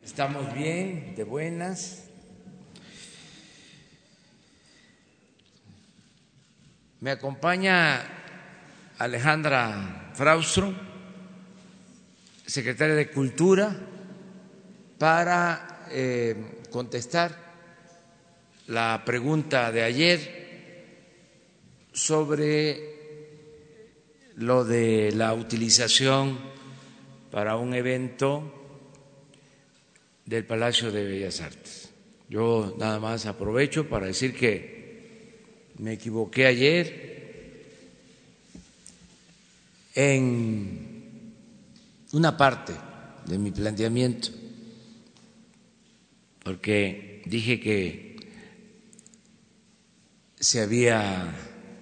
Estamos bien, de buenas. Me acompaña Alejandra Fraustro, secretaria de Cultura, para contestar la pregunta de ayer sobre lo de la utilización para un evento del Palacio de Bellas Artes. Yo nada más aprovecho para decir que me equivoqué ayer en una parte de mi planteamiento, porque dije que se había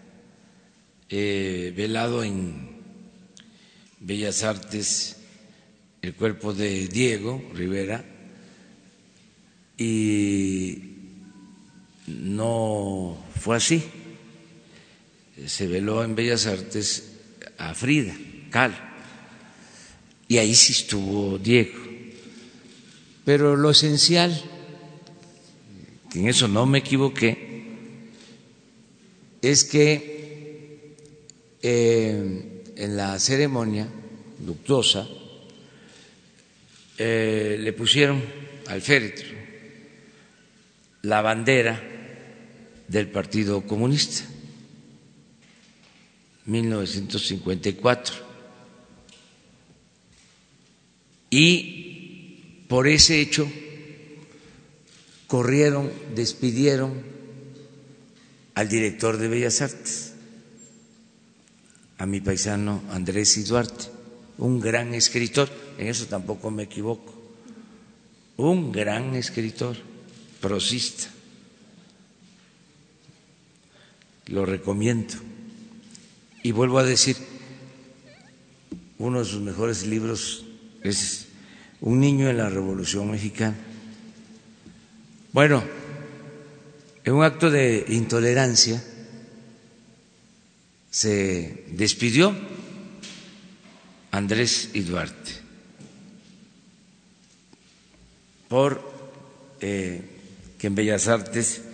velado en Bellas Artes el cuerpo de Diego Rivera y no fue así. Se veló en Bellas Artes a Frida Kahlo y ahí sí estuvo Diego. Pero lo esencial, que en eso no me equivoqué, es que en la ceremonia luctuosa le pusieron al féretro la bandera del Partido Comunista, 1954, y por ese hecho despidieron al director de Bellas Artes, a mi paisano Andrés I. Duarte, un gran escritor, en eso tampoco me equivoco, un gran escritor, prosista, lo recomiendo. Y vuelvo a decir, uno de sus mejores libros es Un niño en la Revolución Mexicana. Bueno, en un acto de intolerancia se despidió Andrés I. Duarte por que en Bellas Artes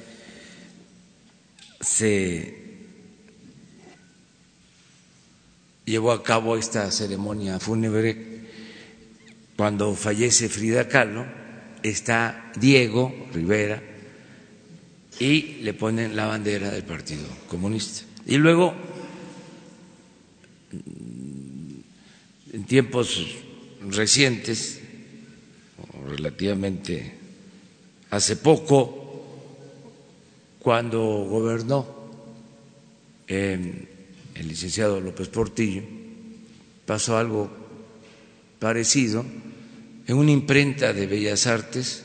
se llevó a cabo esta ceremonia fúnebre. Cuando fallece Frida Kahlo, está Diego Rivera y le ponen la bandera del Partido Comunista. Y luego, en tiempos recientes, relativamente hace poco, cuando gobernó el licenciado López Portillo, pasó algo parecido. En una imprenta de Bellas Artes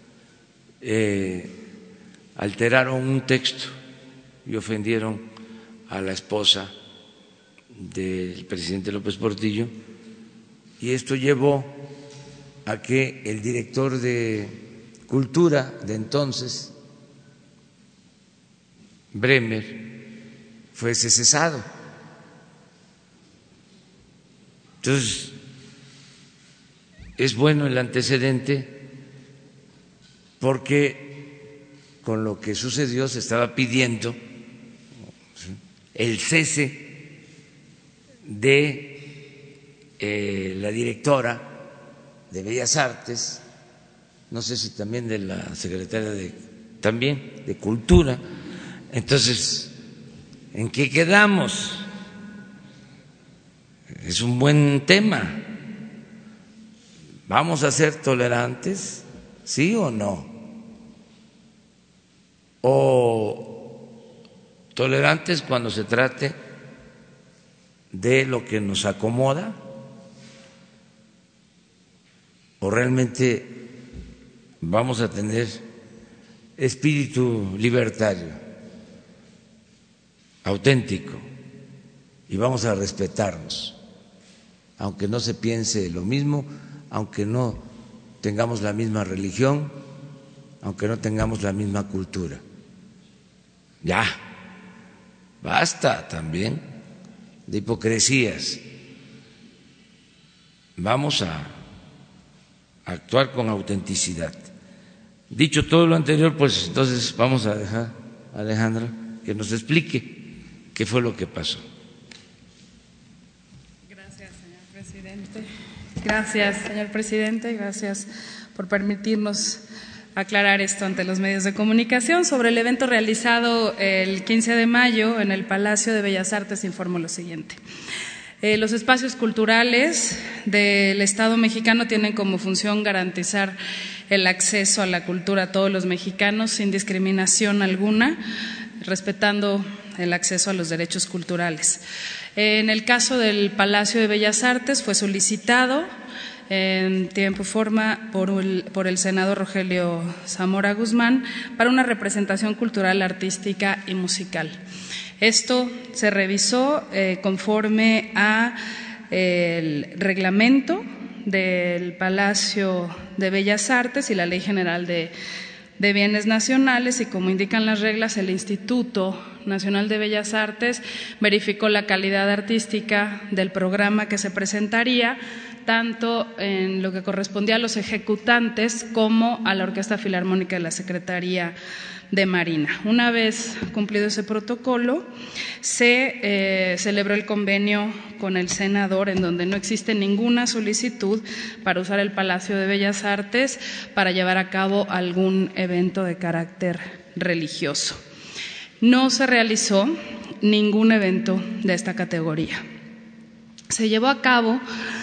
alteraron un texto y ofendieron a la esposa del presidente López Portillo, y esto llevó a que el director de Cultura de entonces, Bremer, fuese cesado. Entonces, es bueno el antecedente porque con lo que sucedió se estaba pidiendo el cese de la directora de Bellas Artes, no sé si también de la secretaria de Cultura. Entonces, ¿en qué quedamos? Es un buen tema. ¿Vamos a ser tolerantes? ¿Sí o no? ¿O tolerantes cuando se trate de lo que nos acomoda? ¿O realmente vamos a tener espíritu libertario, auténtico, y vamos a respetarnos, aunque no se piense lo mismo, aunque no tengamos la misma religión, aunque no tengamos la misma cultura? Ya, basta también de hipocresías. Vamos a actuar con autenticidad. Dicho todo lo anterior, pues entonces vamos a dejar a Alejandra que nos explique qué fue lo que pasó. Gracias, señor presidente. Gracias, señor presidente. Gracias por permitirnos aclarar esto ante los medios de comunicación. Sobre el evento realizado el 15 de mayo en el Palacio de Bellas Artes, informo lo siguiente. Los espacios culturales del Estado mexicano tienen como función garantizar el acceso a la cultura a todos los mexicanos sin discriminación alguna, respetando el acceso a los derechos culturales. En el caso del Palacio de Bellas Artes fue solicitado en tiempo y forma por el senador Rogelio Zamora Guzmán para una representación cultural, artística y musical. Esto se revisó conforme a el reglamento del Palacio de Bellas Artes y la Ley General de Bienes Nacionales, y como indican las reglas, el Instituto Nacional de Bellas Artes verificó la calidad artística del programa que se presentaría, tanto en lo que correspondía a los ejecutantes como a la Orquesta Filarmónica de la Secretaría de Marina. Una vez cumplido ese protocolo, se celebró el convenio con el senador, en donde no existe ninguna solicitud para usar el Palacio de Bellas Artes para llevar a cabo algún evento de carácter religioso. No se realizó ningún evento de esta categoría. Se llevó a cabo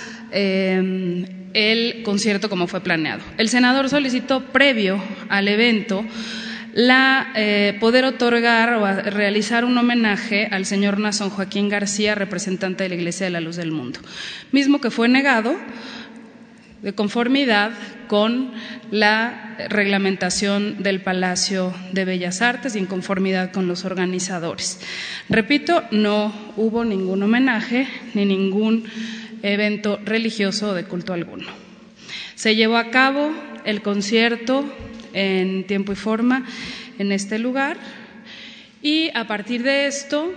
el concierto como fue planeado. El senador solicitó, previo al evento, poder otorgar o realizar un homenaje al señor Nazón Joaquín García, representante de la Iglesia de la Luz del Mundo, mismo que fue negado de conformidad con la reglamentación del Palacio de Bellas Artes y en conformidad con los organizadores. Repito, no hubo ningún homenaje ni ningún evento religioso o de culto alguno. Se llevó a cabo el concierto en tiempo y forma en este lugar, y a partir de esto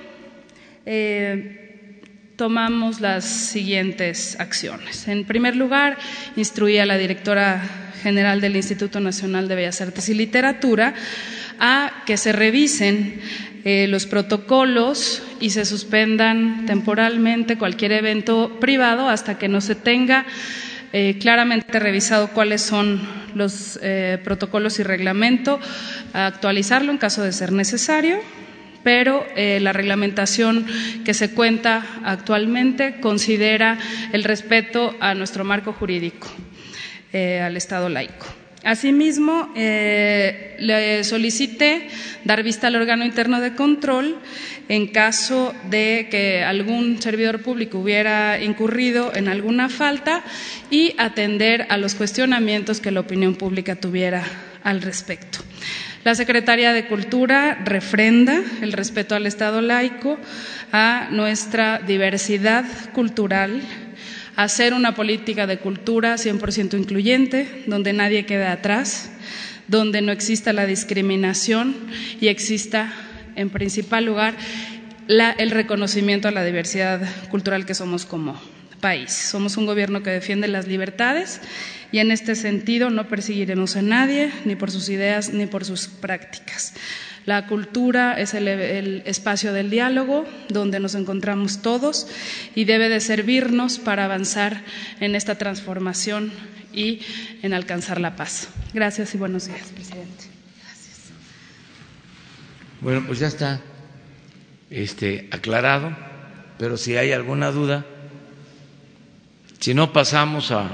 tomamos las siguientes acciones. En primer lugar, instruí a la directora general del Instituto Nacional de Bellas Artes y Literatura a que se revisen los protocolos y se suspendan temporalmente cualquier evento privado hasta que no se tenga claramente revisado cuáles son los protocolos y reglamento, actualizarlo en caso de ser necesario, pero la reglamentación que se cuenta actualmente considera el respeto a nuestro marco jurídico, al Estado laico. Asimismo, le solicité dar vista al órgano interno de control en caso de que algún servidor público hubiera incurrido en alguna falta y atender a los cuestionamientos que la opinión pública tuviera al respecto. La Secretaría de Cultura refrenda el respeto al Estado laico, a nuestra diversidad cultural, hacer una política de cultura 100% incluyente, donde nadie quede atrás, donde no exista la discriminación y exista, en principal lugar, el reconocimiento a la diversidad cultural que somos como país. Somos un gobierno que defiende las libertades y en este sentido no perseguiremos a nadie, ni por sus ideas ni por sus prácticas. La cultura es el espacio del diálogo donde nos encontramos todos y debe de servirnos para avanzar en esta transformación y en alcanzar la paz. Gracias y buenos días, presidente. Gracias. Bueno, pues ya está aclarado, pero si hay alguna duda, si no, pasamos a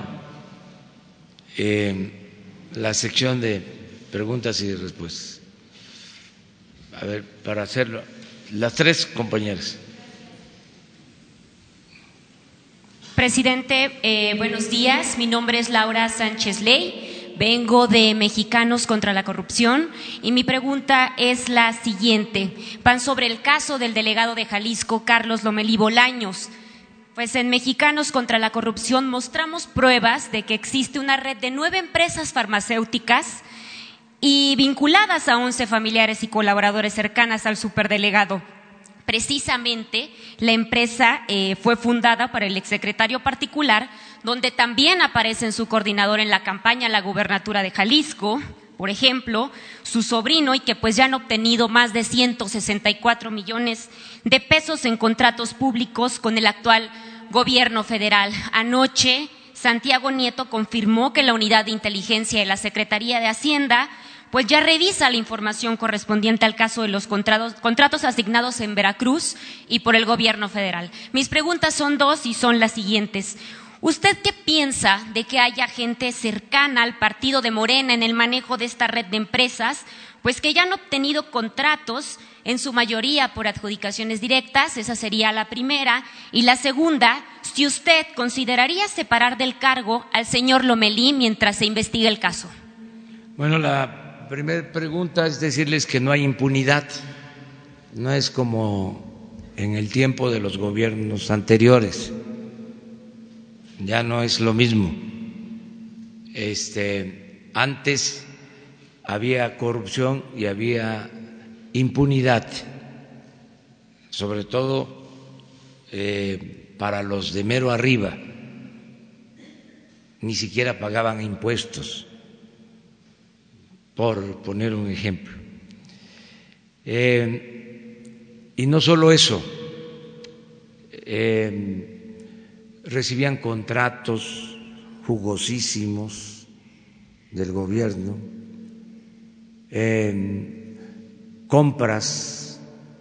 la sección de preguntas y respuestas. A ver, para hacerlo, las tres compañeras. Presidente, buenos días. Mi nombre es Laura Sánchez Ley. Vengo de Mexicanos contra la Corrupción y mi pregunta es la siguiente. Van sobre el caso del delegado de Jalisco, Carlos Lomelí Bolaños. Pues en Mexicanos contra la Corrupción mostramos pruebas de que existe una red de 9 empresas farmacéuticas y vinculadas a 11 familiares y colaboradores cercanas al superdelegado, Precisamente, la empresa fue fundada por el exsecretario particular, donde también aparece en su coordinador en la campaña a la gubernatura de Jalisco, por ejemplo, su sobrino, y que pues ya han obtenido más de 164 millones de pesos en contratos públicos con el actual gobierno federal. Anoche, Santiago Nieto confirmó que la unidad de inteligencia de la Secretaría de Hacienda pues ya revisa la información correspondiente al caso de los contratos asignados en Veracruz y por el gobierno federal. Mis preguntas son dos y son las siguientes. ¿Usted qué piensa de que haya gente cercana al partido de Morena en el manejo de esta red de empresas, pues que ya han obtenido contratos, en su mayoría por adjudicaciones directas? Esa sería la primera. Y la segunda, si usted consideraría separar del cargo al señor Lomelí mientras se investiga el caso. Bueno, la primera pregunta es decirles que no hay impunidad, no es como en el tiempo de los gobiernos anteriores, ya no es lo mismo. Antes había corrupción y había impunidad, sobre todo para los de mero arriba, ni siquiera pagaban impuestos, por poner un ejemplo. Y no solo eso, recibían contratos jugosísimos del gobierno, compras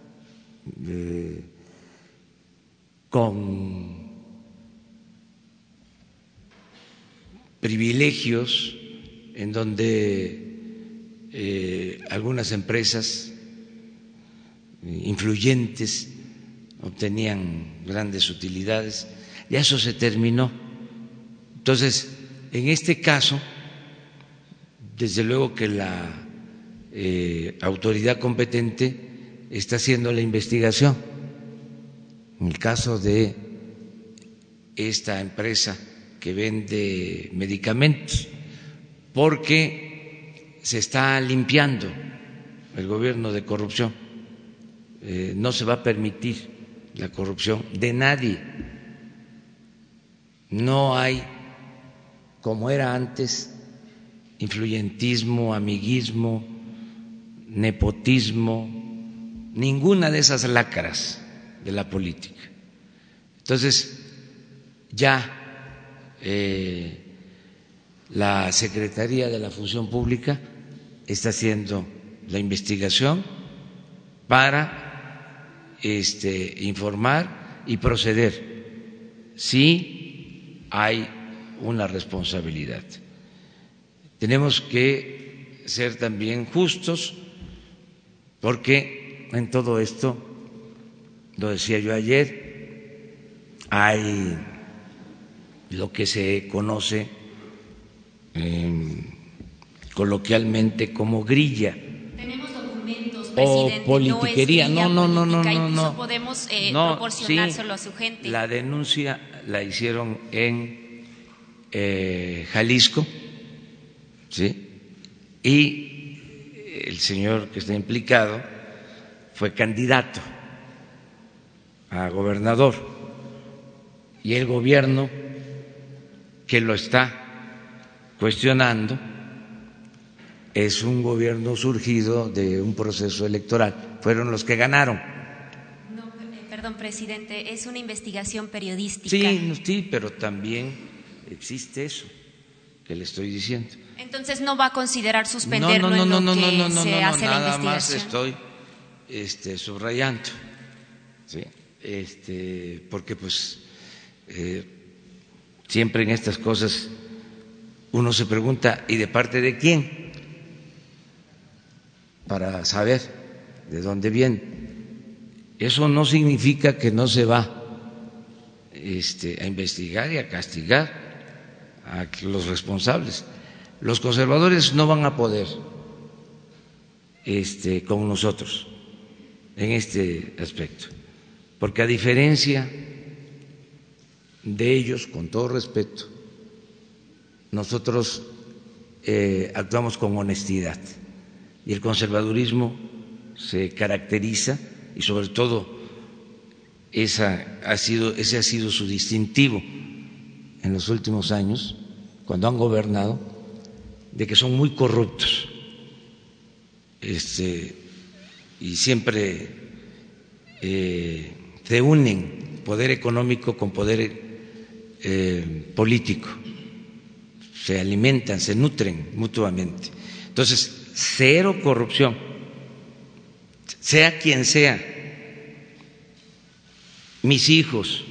con privilegios en donde algunas empresas influyentes obtenían grandes utilidades. Ya eso se terminó. Entonces, en este caso, desde luego que la autoridad competente está haciendo la investigación. En el caso de esta empresa que vende medicamentos, porque se está limpiando el gobierno de corrupción. No se va a permitir la corrupción de nadie. No hay, como era antes, influyentismo, amiguismo, nepotismo, ninguna de esas lacras de la política. Entonces, ya la Secretaría de la Función Pública está haciendo la investigación para informar y proceder si hay una responsabilidad. Tenemos que ser también justos, porque en todo esto, lo decía yo ayer, hay lo que se conoce coloquialmente como grilla. Tenemos documentos, presidente, o politiquería. No. Incluso podemos proporcionárselo a su gente. La denuncia la hicieron en Jalisco, ¿sí? Y el señor que está implicado fue candidato a gobernador, y el gobierno que lo está cuestionando es un gobierno surgido de un proceso electoral. Fueron los que ganaron. No, perdón, presidente, es una investigación periodística. Sí, pero también existe eso que le estoy diciendo. Entonces, ¿no va a considerar suspenderlo en lo que se hace la investigación? Nada más estoy subrayando, ¿sí? Porque pues siempre en estas cosas uno se pregunta, ¿y de parte de quién? Para saber de dónde viene. Eso no significa que no se va a investigar y a castigar a los responsables. Los conservadores no van a poder con nosotros en este aspecto, porque a diferencia de ellos, con todo respeto, nosotros actuamos con honestidad, y el conservadurismo se caracteriza, y sobre todo ese ha sido su distintivo en los últimos años, cuando han gobernado, de que son muy corruptos, y siempre se unen poder económico con poder político, se alimentan, se nutren mutuamente. Entonces, cero corrupción, sea quien sea. Mis hijos,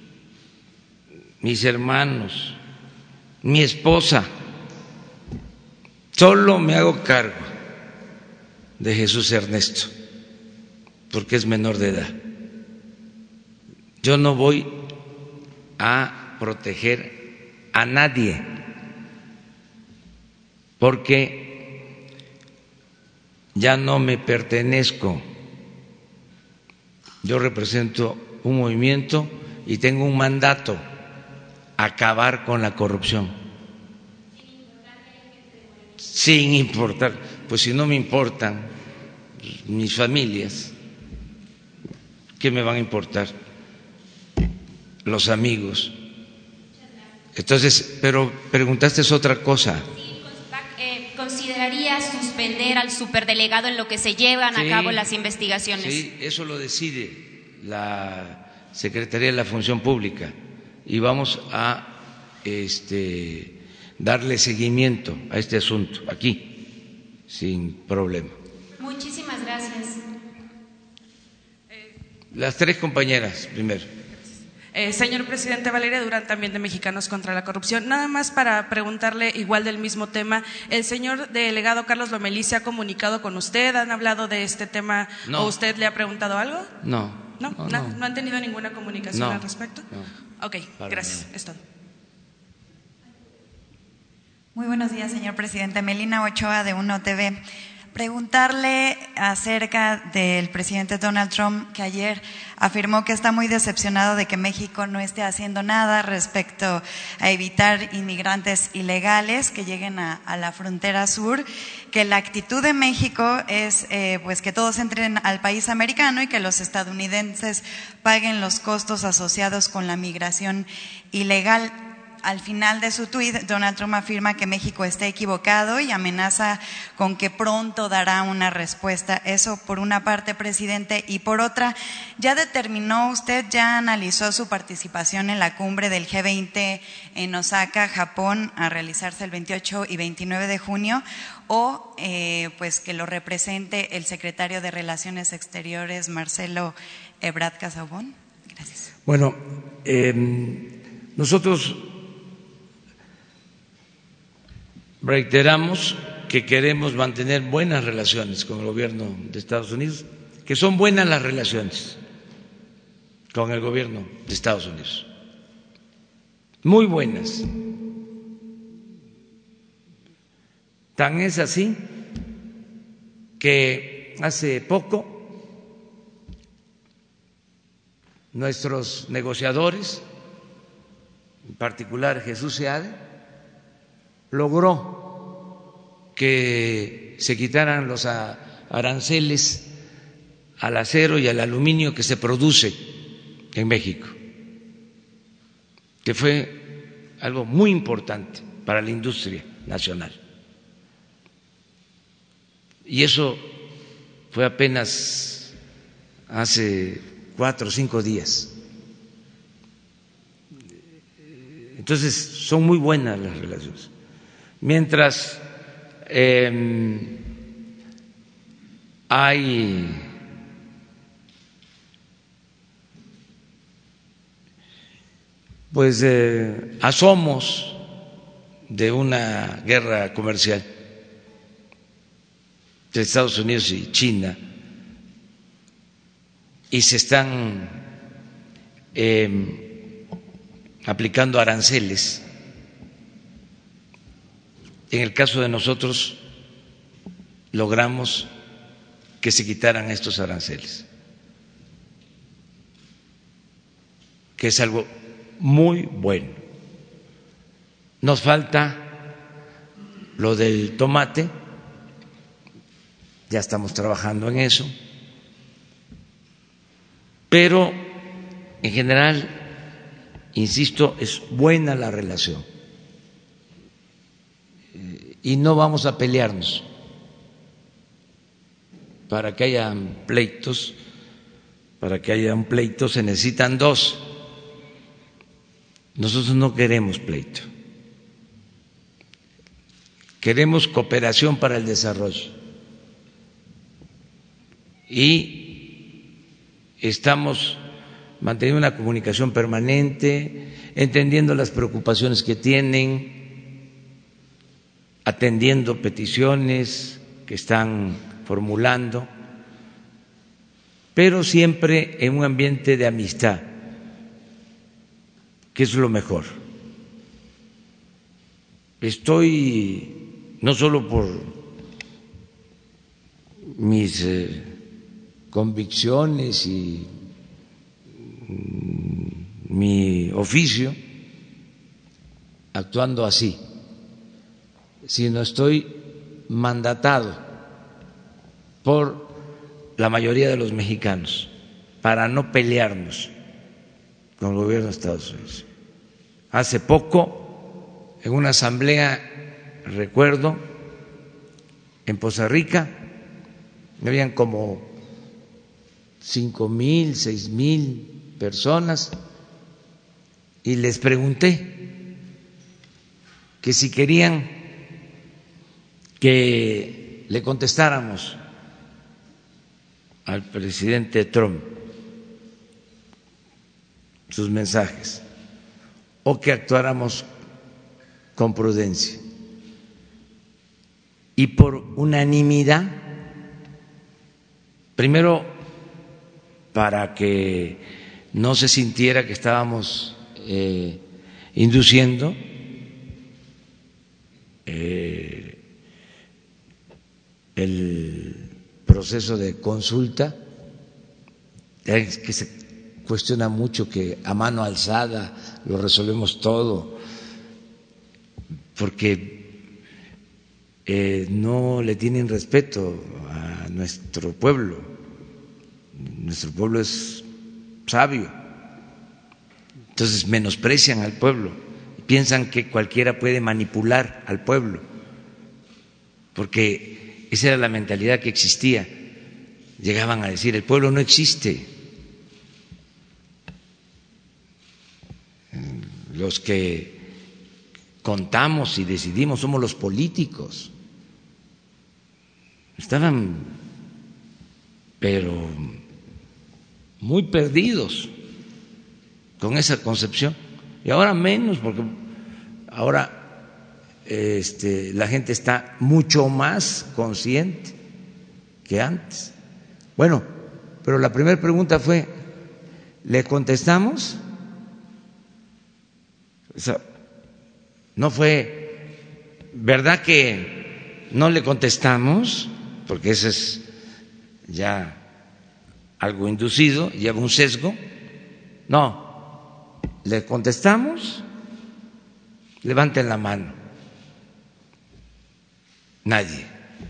mis hermanos, mi esposa, solo me hago cargo de Jesús Ernesto, porque es menor de edad. Yo no voy a proteger a nadie, porque ya no me pertenezco. Yo represento un movimiento y tengo un mandato: acabar con la corrupción. Sin importar, pues si no me importan mis familias, ¿qué me van a importar los amigos? Entonces, pero preguntaste otra cosa. ¿Consideraría suspender al superdelegado en lo que se llevan a cabo las investigaciones? Sí, eso lo decide la Secretaría de la Función Pública y vamos a darle seguimiento a este asunto aquí, sin problema. Muchísimas gracias. Las tres compañeras primero. Señor presidente, Valeria Durán, también de Mexicanos contra la Corrupción. Nada más para preguntarle, igual del mismo tema, ¿el señor delegado Carlos Lomelí se ha comunicado con usted? ¿Han hablado de este tema? No. ¿O usted le ha preguntado algo? No. ¿No han tenido ninguna comunicación al respecto? No. Ok, gracias. Es todo. Muy buenos días, señor presidente. Melina Ochoa, de Uno TV. Preguntarle acerca del presidente Donald Trump, que ayer afirmó que está muy decepcionado de que México no esté haciendo nada respecto a evitar inmigrantes ilegales que lleguen a la frontera sur, que la actitud de México es pues que todos entren al país americano y que los estadounidenses paguen los costos asociados con la migración ilegal. Al final de su tuit, Donald Trump afirma que México está equivocado y amenaza con que pronto dará una respuesta. Eso por una parte, presidente, y por otra, ¿ya determinó usted, ya analizó su participación en la cumbre del G20 en Osaka, Japón, a realizarse el 28 y 29 de junio? O pues que lo represente el secretario de Relaciones Exteriores, Marcelo Ebrard Casaubon. Gracias. Bueno, nosotros reiteramos que queremos mantener buenas relaciones con el gobierno de Estados Unidos, que son buenas las relaciones con el gobierno de Estados Unidos, muy buenas. Tan es así que hace poco nuestros negociadores, en particular Jesús Seade, logró que se quitaran los aranceles al acero y al aluminio que se produce en México, que fue algo muy importante para la industria nacional. Y eso fue apenas hace 4 o 5 días. Entonces, son muy buenas las relaciones. Mientras hay pues asomos de una guerra comercial entre Estados Unidos y China, y se están aplicando aranceles. En el caso de nosotros logramos que se quitaran estos aranceles, que es algo muy bueno. Nos falta lo del tomate, ya estamos trabajando en eso, pero en general, insisto, es buena la relación y no vamos a pelearnos. Para que haya pleitos, para que haya un pleito se necesitan dos. Nosotros no queremos pleito. Queremos cooperación para el desarrollo. Y estamos manteniendo una comunicación permanente, entendiendo las preocupaciones que tienen, atendiendo peticiones que están formulando, pero siempre en un ambiente de amistad, que es lo mejor. Estoy, no solo por mis convicciones y mi oficio, actuando así, sino estoy mandatado por la mayoría de los mexicanos para no pelearnos con el gobierno de Estados Unidos. Hace poco, en una asamblea, recuerdo, en Poza Rica, habían como 5,000, 6,000 personas y les pregunté que si querían que le contestáramos al presidente Trump sus mensajes o que actuáramos con prudencia. Y por unanimidad, primero para que no se sintiera que estábamos induciendo el proceso de consulta, que se cuestiona mucho que a mano alzada lo resolvemos todo, porque no le tienen respeto a nuestro pueblo. Nuestro pueblo es sabio, entonces menosprecian al pueblo, piensan que cualquiera puede manipular al pueblo, porque esa era la mentalidad que existía. Llegaban a decir: el pueblo no existe, los que contamos y decidimos somos los políticos. Estaban pero muy perdidos con esa concepción, y ahora menos, porque ahora la gente está mucho más consciente que antes. Bueno, pero la primera pregunta fue: ¿le contestamos? O sea, no fue ¿verdad que no le contestamos? Porque ese es ya algo inducido, lleva un sesgo. No, ¿le contestamos? Levanten la mano. Nadie.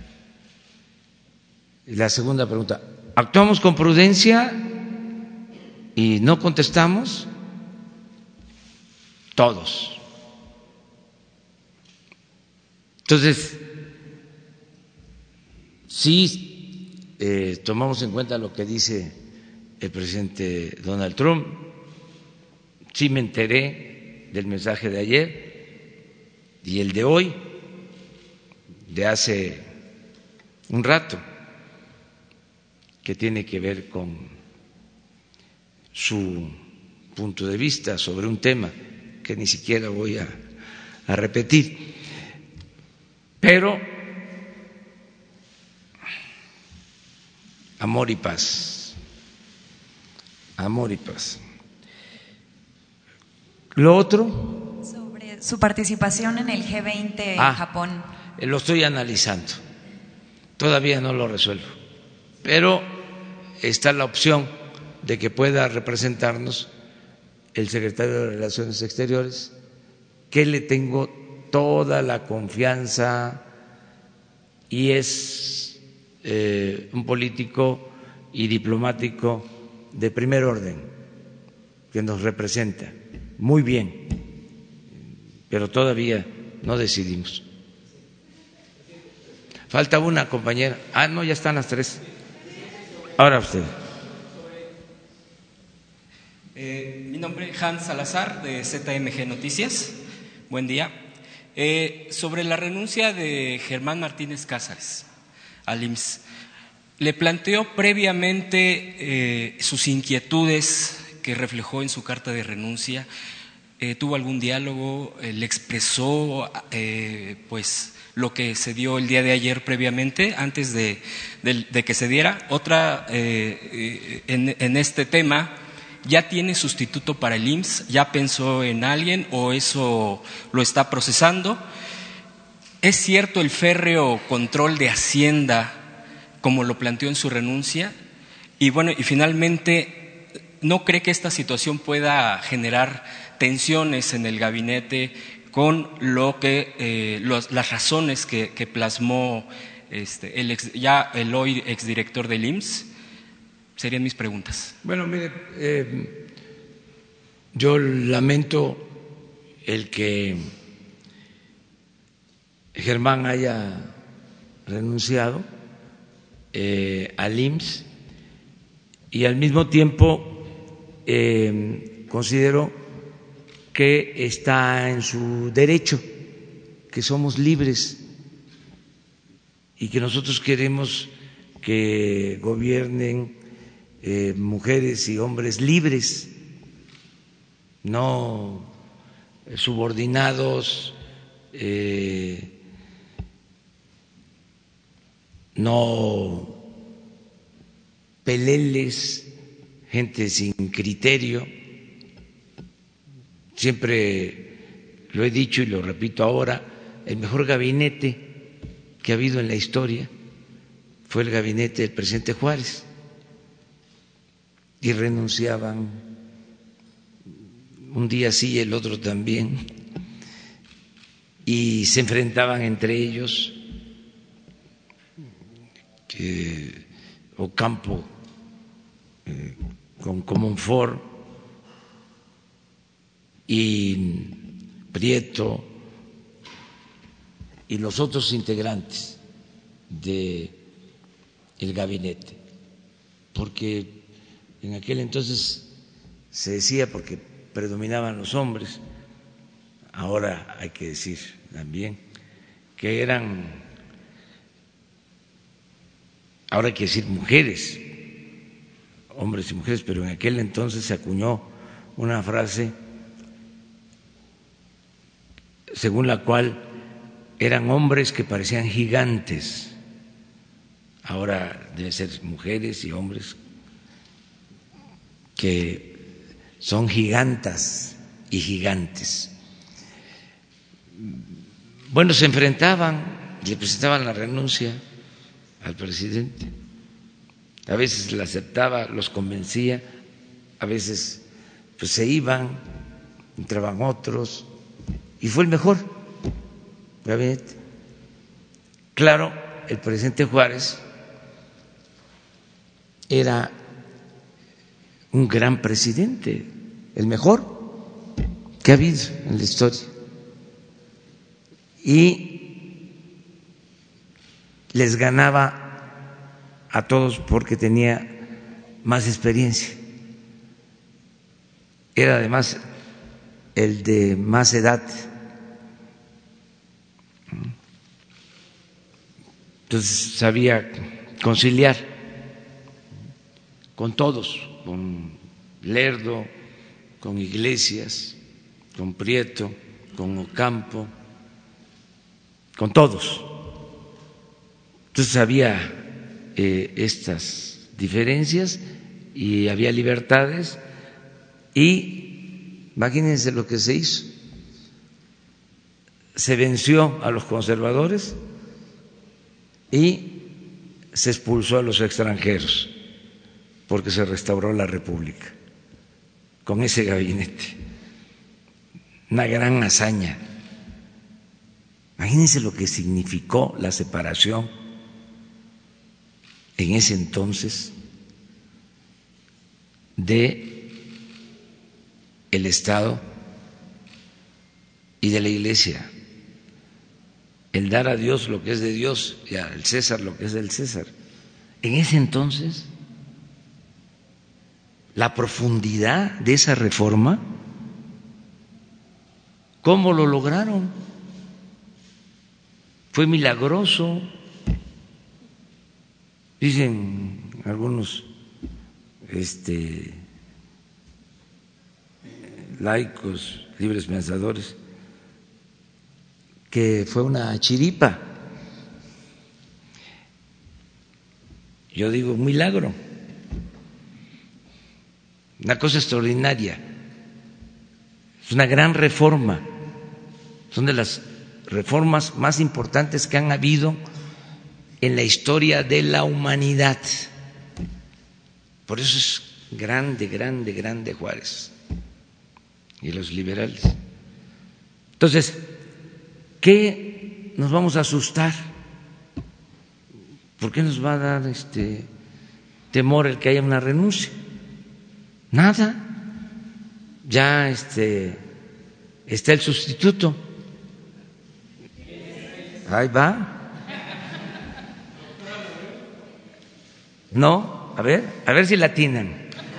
Y la segunda pregunta: ¿actuamos con prudencia y no contestamos? Todos. Entonces, sí tomamos en cuenta lo que dice el presidente Donald Trump. Sí me enteré del mensaje de ayer y el de hoy, de hace un rato, que tiene que ver con su punto de vista sobre un tema que ni siquiera voy a repetir. Pero amor y paz, amor y paz. Lo otro, sobre su participación en el G20 en Japón. Lo estoy analizando, todavía no lo resuelvo, pero está la opción de que pueda representarnos el secretario de Relaciones Exteriores, que le tengo toda la confianza y es un político y diplomático de primer orden. que nos representa muy bien, pero todavía no decidimos. Falta una compañera. Ah, no, ya están las tres. Ahora usted. Mi nombre es Hans Salazar, de ZMG Noticias. Buen día. Sobre la renuncia de Germán Martínez Cázares al IMSS, le planteó previamente sus inquietudes que reflejó en su carta de renuncia. ¿Tuvo algún diálogo? ¿Le expresó pues lo que se dio el día de ayer previamente, antes de que se diera? Otra, en este tema, ¿ya tiene sustituto para el IMSS? ¿Ya pensó en alguien o eso lo está procesando? ¿Es cierto el férreo control de Hacienda como lo planteó en su renuncia? Y bueno, y finalmente, ¿no cree que esta situación pueda generar tensiones en el gabinete con lo que las razones que plasmó el hoy exdirector del IMSS? Serían mis preguntas. Bueno, mire, yo lamento el que Germán haya renunciado al IMSS y al mismo tiempo considero que está en su derecho, que somos libres y que nosotros queremos que gobiernen mujeres y hombres libres, no subordinados, no peleles, gente sin criterio. Siempre lo he dicho y lo repito ahora, el mejor gabinete que ha habido en la historia fue el gabinete del presidente Juárez, y renunciaban un día sí y el otro también, y se enfrentaban entre ellos, Ocampo con Comonfort y Prieto y los otros integrantes del gabinete, porque en aquel entonces se decía, porque predominaban los hombres, ahora hay que decir también que eran, ahora hay que decir mujeres, hombres y mujeres, pero en aquel entonces se acuñó una frase según la cual eran hombres que parecían gigantes, ahora deben ser mujeres y hombres que son gigantas y gigantes. Bueno, se enfrentaban, le presentaban la renuncia al presidente, a veces la aceptaba, los convencía, a veces pues se iban, entraban otros, y fue el mejor gabinete. Claro, el presidente Juárez era un gran presidente, el mejor que ha habido en la historia, y les ganaba a todos porque tenía más experiencia, era además el de más edad, entonces sabía conciliar con todos, con Lerdo, con Iglesias, con Prieto, con Ocampo, con todos. Entonces había estas diferencias y había libertades, y imagínense lo que se hizo. Se venció a los conservadores y se expulsó a los extranjeros, porque se restauró la República con ese gabinete. Una gran hazaña. Imagínense lo que significó la separación en ese entonces de el Estado y de la Iglesia, el dar a Dios lo que es de Dios y al César lo que es del César. En ese entonces, la profundidad de esa reforma, ¿cómo lo lograron? Fue milagroso. Dicen algunos laicos, libres pensadores, que fue una chiripa. Yo digo, un milagro, una cosa extraordinaria, es una gran reforma, son de las reformas más importantes que han habido en la historia de la humanidad. Por eso es grande, grande, grande Juárez y los liberales. Entonces, ¿qué nos vamos a asustar? ¿Por qué nos va a dar temor el que haya una renuncia? Nada. Ya está el sustituto. Ahí va. No, a ver si la atinan.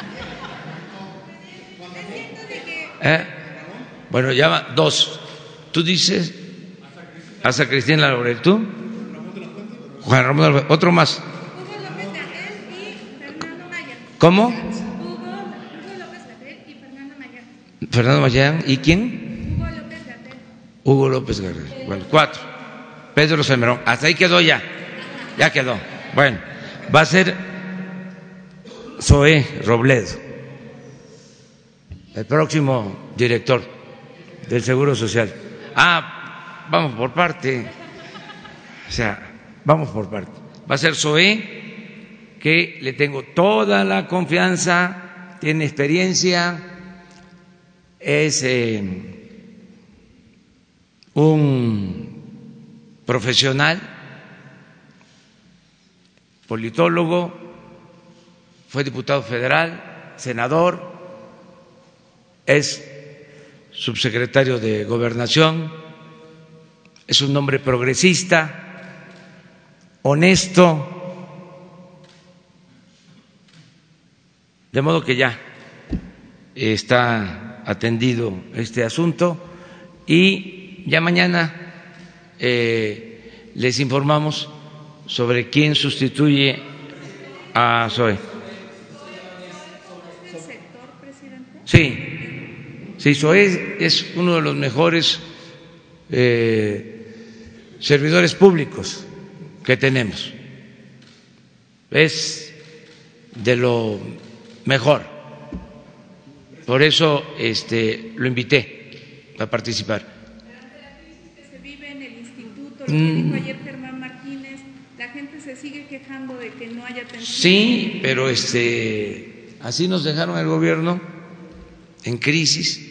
Bueno, ya va, dos. Tú dices hasta Cristina Laurel, ¿tú? Juan Ramón de la Fuente. Otro más. Hugo López Gatell y Fernando Maya. ¿Cómo? Hugo López Gatell y Fernando Maya. Fernando Mayán. ¿Y quién? Hugo López Gatell. Hugo López Gatell. Bueno, 4. Pedro Salmerón. Hasta ahí quedó ya. Ya quedó. Bueno, va a ser Zoé Robledo, el próximo director del Seguro Social. Vamos por parte. O sea, vamos por parte. Va a ser Zoé, que le tengo toda la confianza, tiene experiencia, es un profesional, politólogo, fue diputado federal, senador, es subsecretario de Gobernación, es un hombre progresista, honesto, de modo que ya está atendido este asunto y ya mañana les informamos sobre quién sustituye a Zoé. Sí, Zoé es uno de los mejores servidores públicos que tenemos, es de lo mejor, por eso lo invité a participar. Durante la crisis que se vive en el instituto, lo que dijo ayer Germán Martínez, la gente se sigue quejando de que no haya atención. Sí, pero así nos dejaron el gobierno en crisis,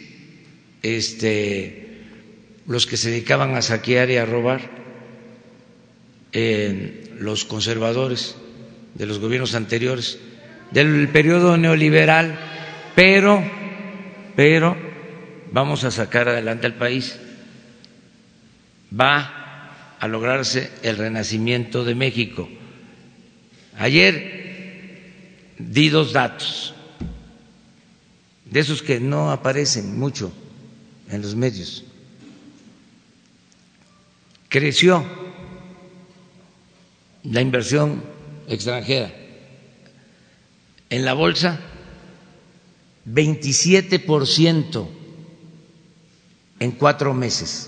los que se dedicaban a saquear y a robar, los conservadores de los gobiernos anteriores, del periodo neoliberal, pero vamos a sacar adelante al país. Va a lograrse el renacimiento de México. Ayer di 2 datos, de esos que no aparecen mucho en los medios. Creció la inversión extranjera en la bolsa 27% en 4 meses.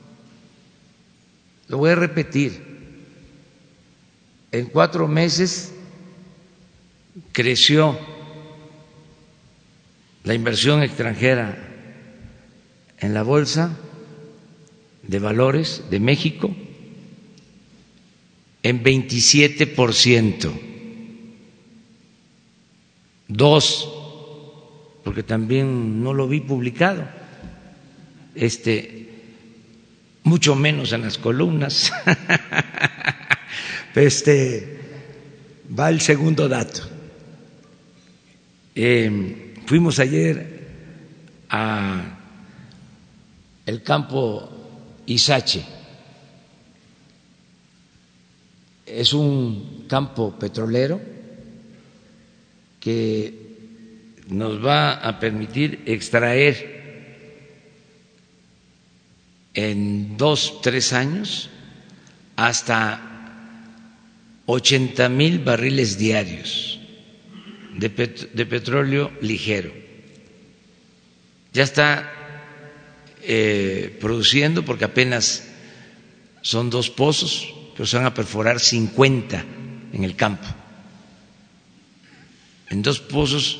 Lo voy a repetir. En 4 meses creció la inversión extranjera en la Bolsa de Valores de México en 27%. 2, porque también no lo vi publicado, mucho menos en las columnas. Va el segundo dato. Fuimos ayer a el campo Ixache. Es un campo petrolero que nos va a permitir extraer en 2-3 años hasta 80,000 barriles diarios de petróleo ligero. Ya está produciendo, porque apenas son 2 pozos, pero se van a perforar 50 en el campo. En 2 pozos,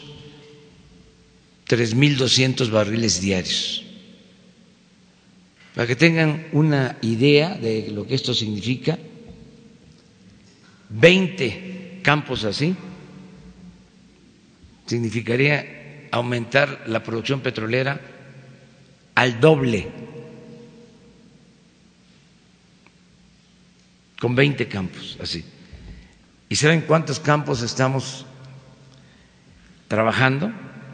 3,200 barriles diarios. Para que tengan una idea de lo que esto significa, 20 campos así significaría aumentar la producción petrolera al doble, con 20 campos así. ¿Y saben cuántos campos estamos trabajando?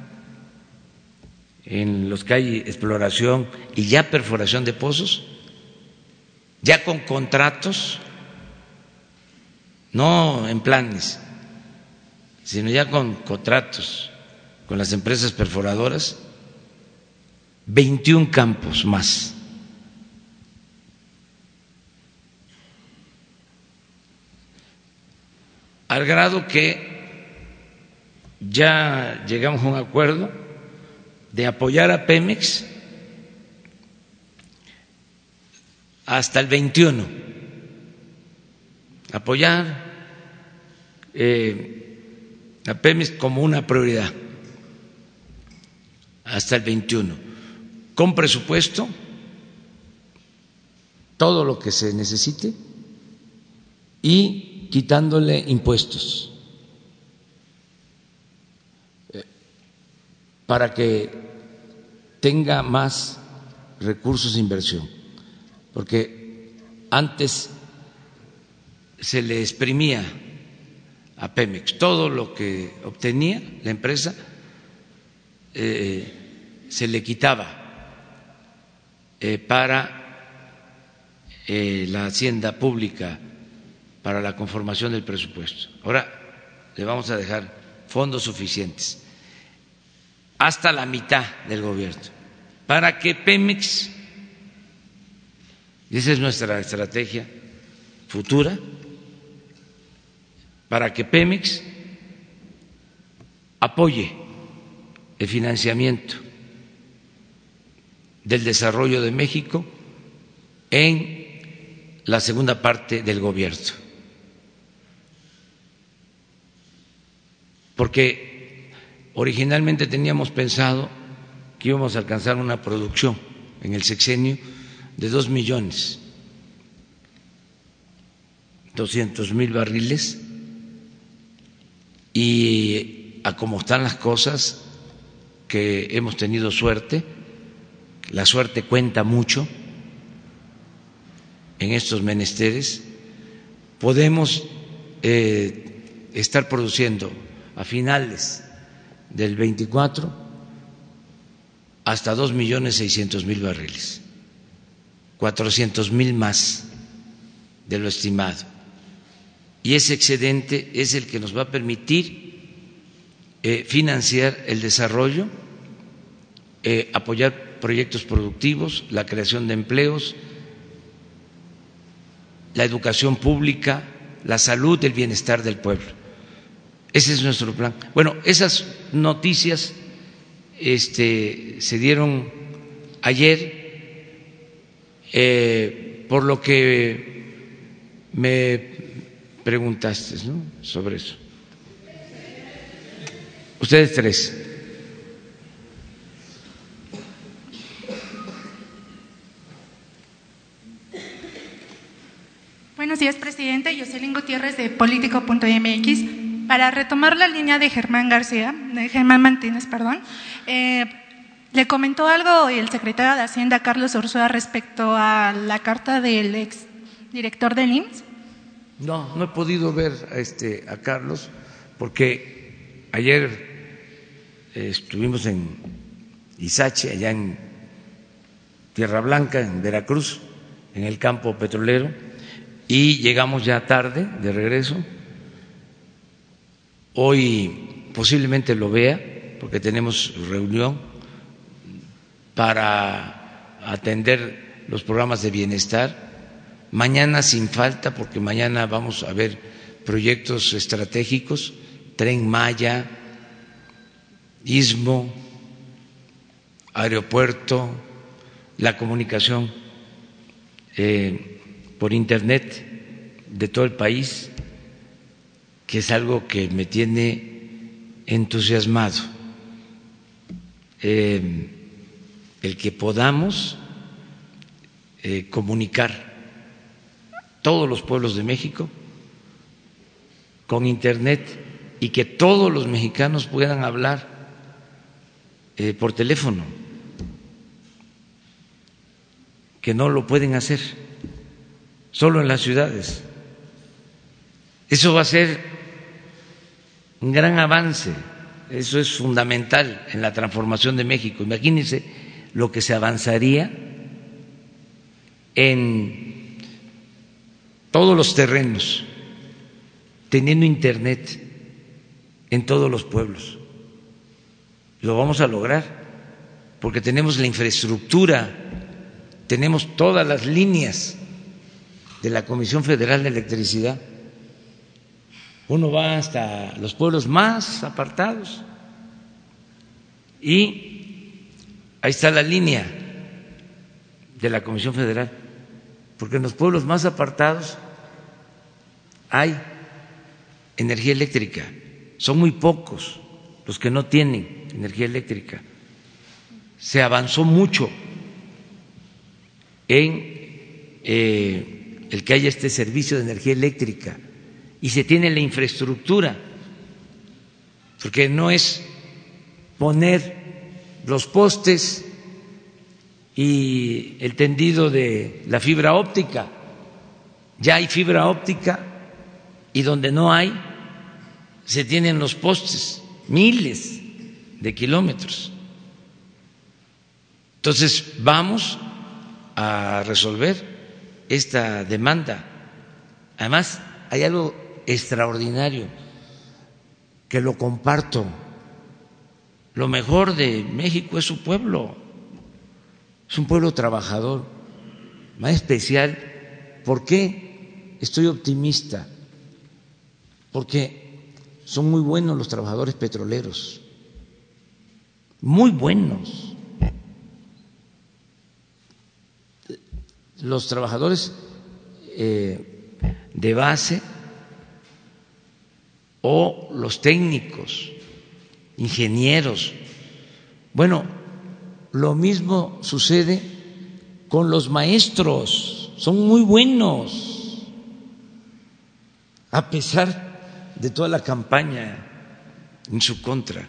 En los que hay exploración y ya perforación de pozos, ya con contratos, no en planes, sino ya con contratos con las empresas perforadoras, 21 campos más. Al grado que ya llegamos a un acuerdo de apoyar a Pemex hasta el 21, apoyar a Pemex como una prioridad hasta el 21, con presupuesto, todo lo que se necesite y quitándole impuestos para que tenga más recursos de inversión, porque antes se le exprimía a Pemex todo lo que obtenía la empresa, se le quitaba para la hacienda pública, para la conformación del presupuesto. Ahora le vamos a dejar fondos suficientes, hasta la mitad del gobierno, para que Pemex, y esa es nuestra estrategia futura, para que Pemex apoye el financiamiento del desarrollo de México en la segunda parte del gobierno. Porque originalmente teníamos pensado que íbamos a alcanzar una producción en el sexenio de 2,200,000 barriles, y a como están las cosas, que hemos tenido suerte, la suerte cuenta mucho en estos menesteres, podemos estar produciendo a finales del 24 hasta 2,600,000 barriles, 400,000 más de lo estimado. Y ese excedente es el que nos va a permitir financiar el desarrollo, apoyar proyectos productivos, la creación de empleos, la educación pública, la salud, el bienestar del pueblo. Ese es nuestro plan. Bueno, esas noticias se dieron ayer, por lo que me preguntaste, ¿no?, sobre eso. Ustedes 3. Buenos días, presidente. Jocelyn Gutiérrez, de Político.mx. Para retomar la línea de Germán Martínez, le comentó algo el secretario de Hacienda, Carlos Ursúa, respecto a la carta del ex director del IMSS. No he podido ver a Carlos, porque ayer estuvimos en Izache, allá en Tierra Blanca, en Veracruz, en el campo petrolero, y llegamos ya tarde de regreso. Hoy posiblemente lo vea porque tenemos reunión para atender los programas de bienestar. Mañana sin falta, porque mañana vamos a ver proyectos estratégicos, Tren Maya, Istmo, aeropuerto, la comunicación por Internet de todo el país, que es algo que me tiene entusiasmado. El que podamos comunicar todos los pueblos de México con Internet y que todos los mexicanos puedan hablar por teléfono, que no lo pueden hacer solo en las ciudades. Eso va a ser un gran avance, eso es fundamental en la transformación de México. Imagínense lo que se avanzaría en todos los terrenos, teniendo Internet en todos los pueblos. Lo vamos a lograr porque tenemos la infraestructura, tenemos todas las líneas de la Comisión Federal de Electricidad. Uno va hasta los pueblos más apartados y ahí está la línea de la Comisión Federal, porque en los pueblos más apartados hay energía eléctrica, son muy pocos los que no tienen energía eléctrica. Se avanzó mucho en el que haya este servicio de energía eléctrica y se tiene la infraestructura, porque no es poner los postes y el tendido de la fibra óptica. Ya hay fibra óptica y donde no hay se tienen los postes, miles de kilómetros. Entonces vamos a resolver esta demanda. Además, hay algo extraordinario que lo comparto. Lo mejor de México es su pueblo. Es un pueblo trabajador, más especial. ¿Por qué estoy optimista? Porque son muy buenos los trabajadores petroleros, muy buenos. Los trabajadores de base o los técnicos, ingenieros. Bueno, lo mismo sucede con los maestros, son muy buenos, a pesar de toda la campaña en su contra.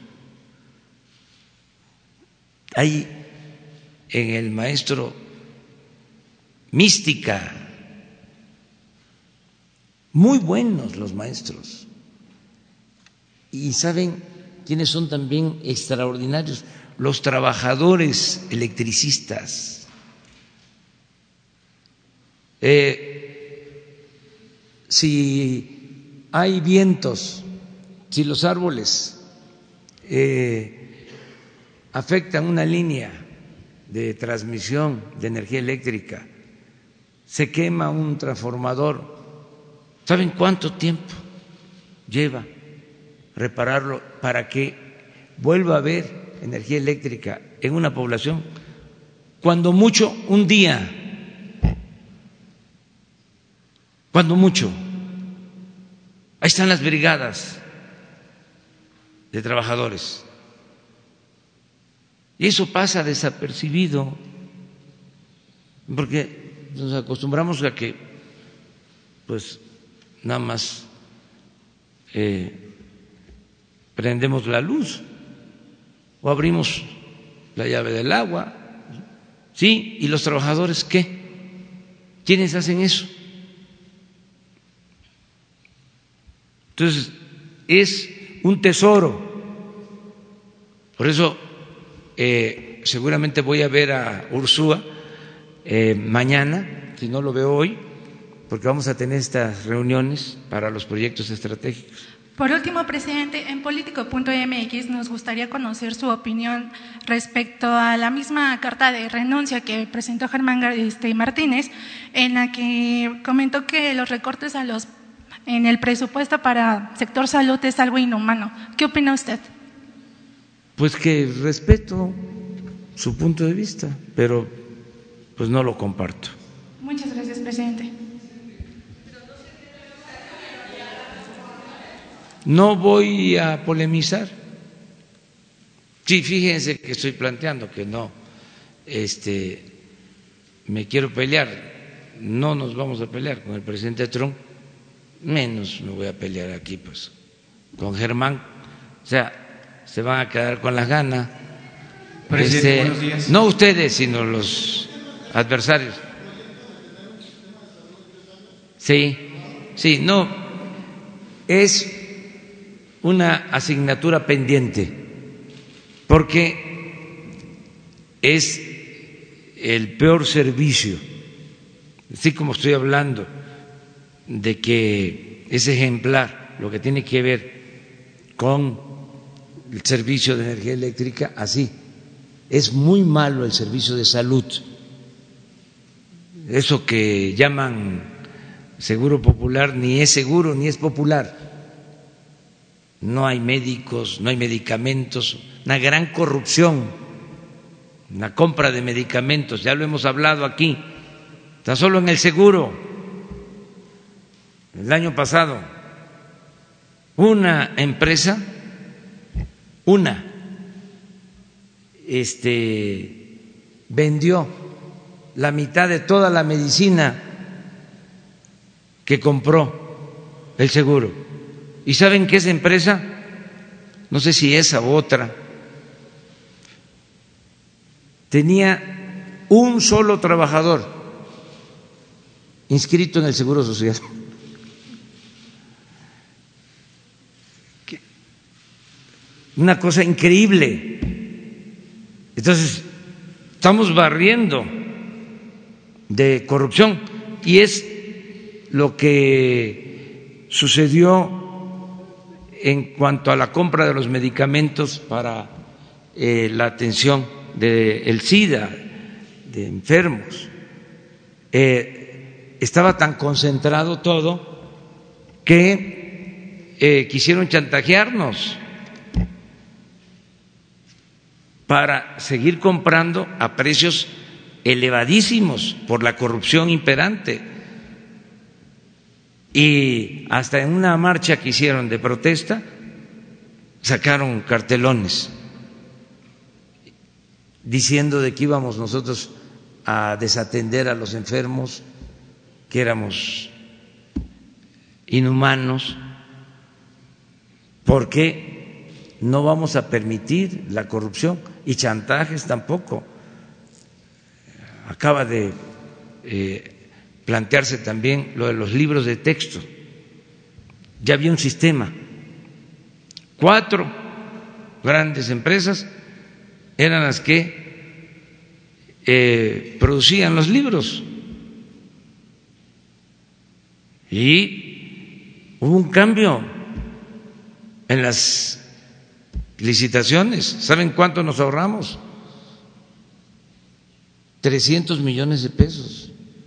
Hay en el maestro mística, muy buenos los maestros. Y ¿saben quiénes son también extraordinarios? Los trabajadores electricistas. Si hay vientos, si los árboles afectan una línea de transmisión de energía eléctrica, se quema un transformador, ¿saben cuánto tiempo lleva repararlo para que vuelva a haber energía eléctrica en una población? Cuando mucho, un día, cuando mucho. Ahí están las brigadas de trabajadores. Y eso pasa desapercibido, porque nos acostumbramos a que pues nada más prendemos la luz o abrimos la llave del agua. ¿Sí? ¿Y los trabajadores qué? ¿Quiénes hacen eso? Entonces, es un tesoro. Por eso seguramente voy a ver a Ursúa mañana, si no lo veo hoy, porque vamos a tener estas reuniones para los proyectos estratégicos. Por último, presidente, en político.mx nos gustaría conocer su opinión respecto a la misma carta de renuncia que presentó Germán Martínez, en la que comentó que los recortes en el presupuesto para sector salud es algo inhumano. ¿Qué opina usted? Pues que respeto su punto de vista, pero pues no lo comparto. Muchas gracias, presidente. No voy a polemizar. Sí, fíjense que estoy planteando que no me quiero pelear. No nos vamos a pelear con el presidente Trump, menos me voy a pelear aquí pues con Germán. O sea, se van a quedar con las ganas. Presidente, buenos días. No ustedes, sino los adversarios. Sí, no, es una asignatura pendiente, porque es el peor servicio, así como estoy hablando de que es ejemplar lo que tiene que ver con el servicio de energía eléctrica, así es muy malo el servicio de salud, eso que llaman seguro popular ni es seguro ni es popular. No hay médicos, no hay medicamentos, una gran corrupción, una compra de medicamentos, ya lo hemos hablado aquí, tan solo en el seguro. El año pasado, una empresa, vendió la mitad de toda la medicina que compró el seguro. ¿Y saben qué esa empresa? No sé si esa u otra, tenía un solo trabajador inscrito en el Seguro Social. Una cosa increíble. Entonces, estamos barriendo de corrupción y es lo que sucedió en cuanto a la compra de los medicamentos para la atención del SIDA, de enfermos. Estaba tan concentrado todo que quisieron chantajearnos para seguir comprando a precios elevadísimos por la corrupción imperante. Y hasta en una marcha que hicieron de protesta sacaron cartelones diciendo de que íbamos nosotros a desatender a los enfermos, que éramos inhumanos, porque no vamos a permitir la corrupción y chantajes tampoco. Acaba de plantearse también lo de los libros de texto. Ya había un sistema. 4 grandes empresas eran las que producían los libros. Y hubo un cambio en las licitaciones. ¿Saben cuánto nos ahorramos? 300 millones de pesos.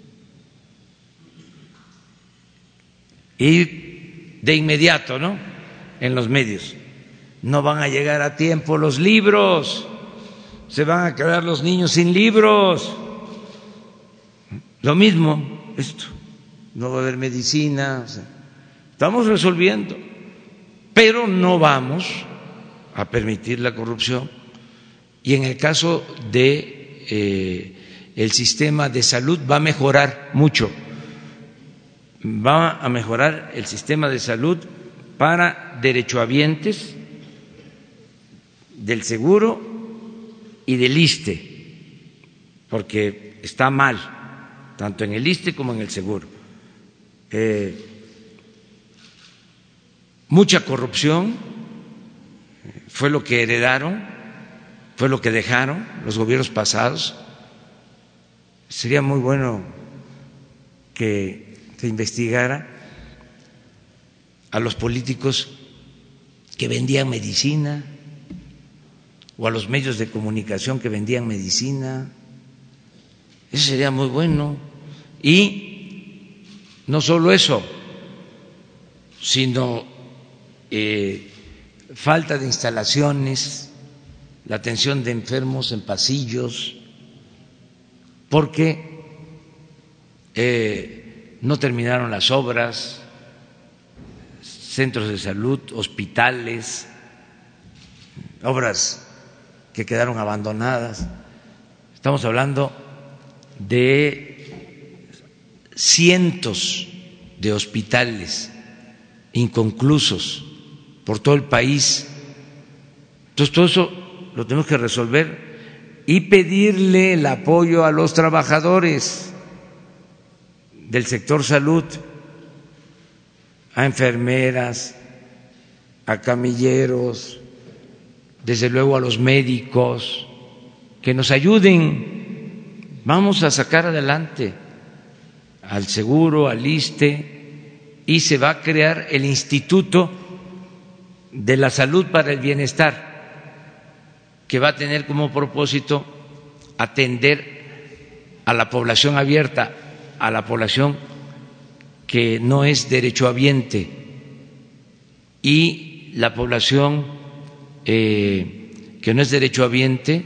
Y de inmediato, ¿no?, en los medios, no van a llegar a tiempo los libros, se van a quedar los niños sin libros. Lo mismo esto, no va a haber medicina. O sea, estamos resolviendo, pero no vamos a permitir la corrupción. Y en el caso de el sistema de salud va a mejorar mucho. Va a mejorar el sistema de salud para derechohabientes del seguro y del ISSSTE, porque está mal, tanto en el ISSSTE como en el seguro. Mucha corrupción fue lo que heredaron fue lo que dejaron los gobiernos pasados. Sería muy bueno que se investigara a los políticos que vendían medicina o a los medios de comunicación que vendían medicina. Eso sería muy bueno. Y no solo eso, sino falta de instalaciones, la atención de enfermos en pasillos, porque no terminaron las obras, centros de salud, hospitales, obras que quedaron abandonadas. Estamos hablando de cientos de hospitales inconclusos por todo el país. Entonces, todo eso lo tenemos que resolver y pedirle el apoyo a los trabajadores del sector salud, a enfermeras, a camilleros, desde luego a los médicos, que nos ayuden. Vamos a sacar adelante al seguro, al ISSSTE, y se va a crear el Instituto de la Salud para el Bienestar, que va a tener como propósito atender a la población abierta, a la población que no es derechohabiente, y la población que no es derechohabiente,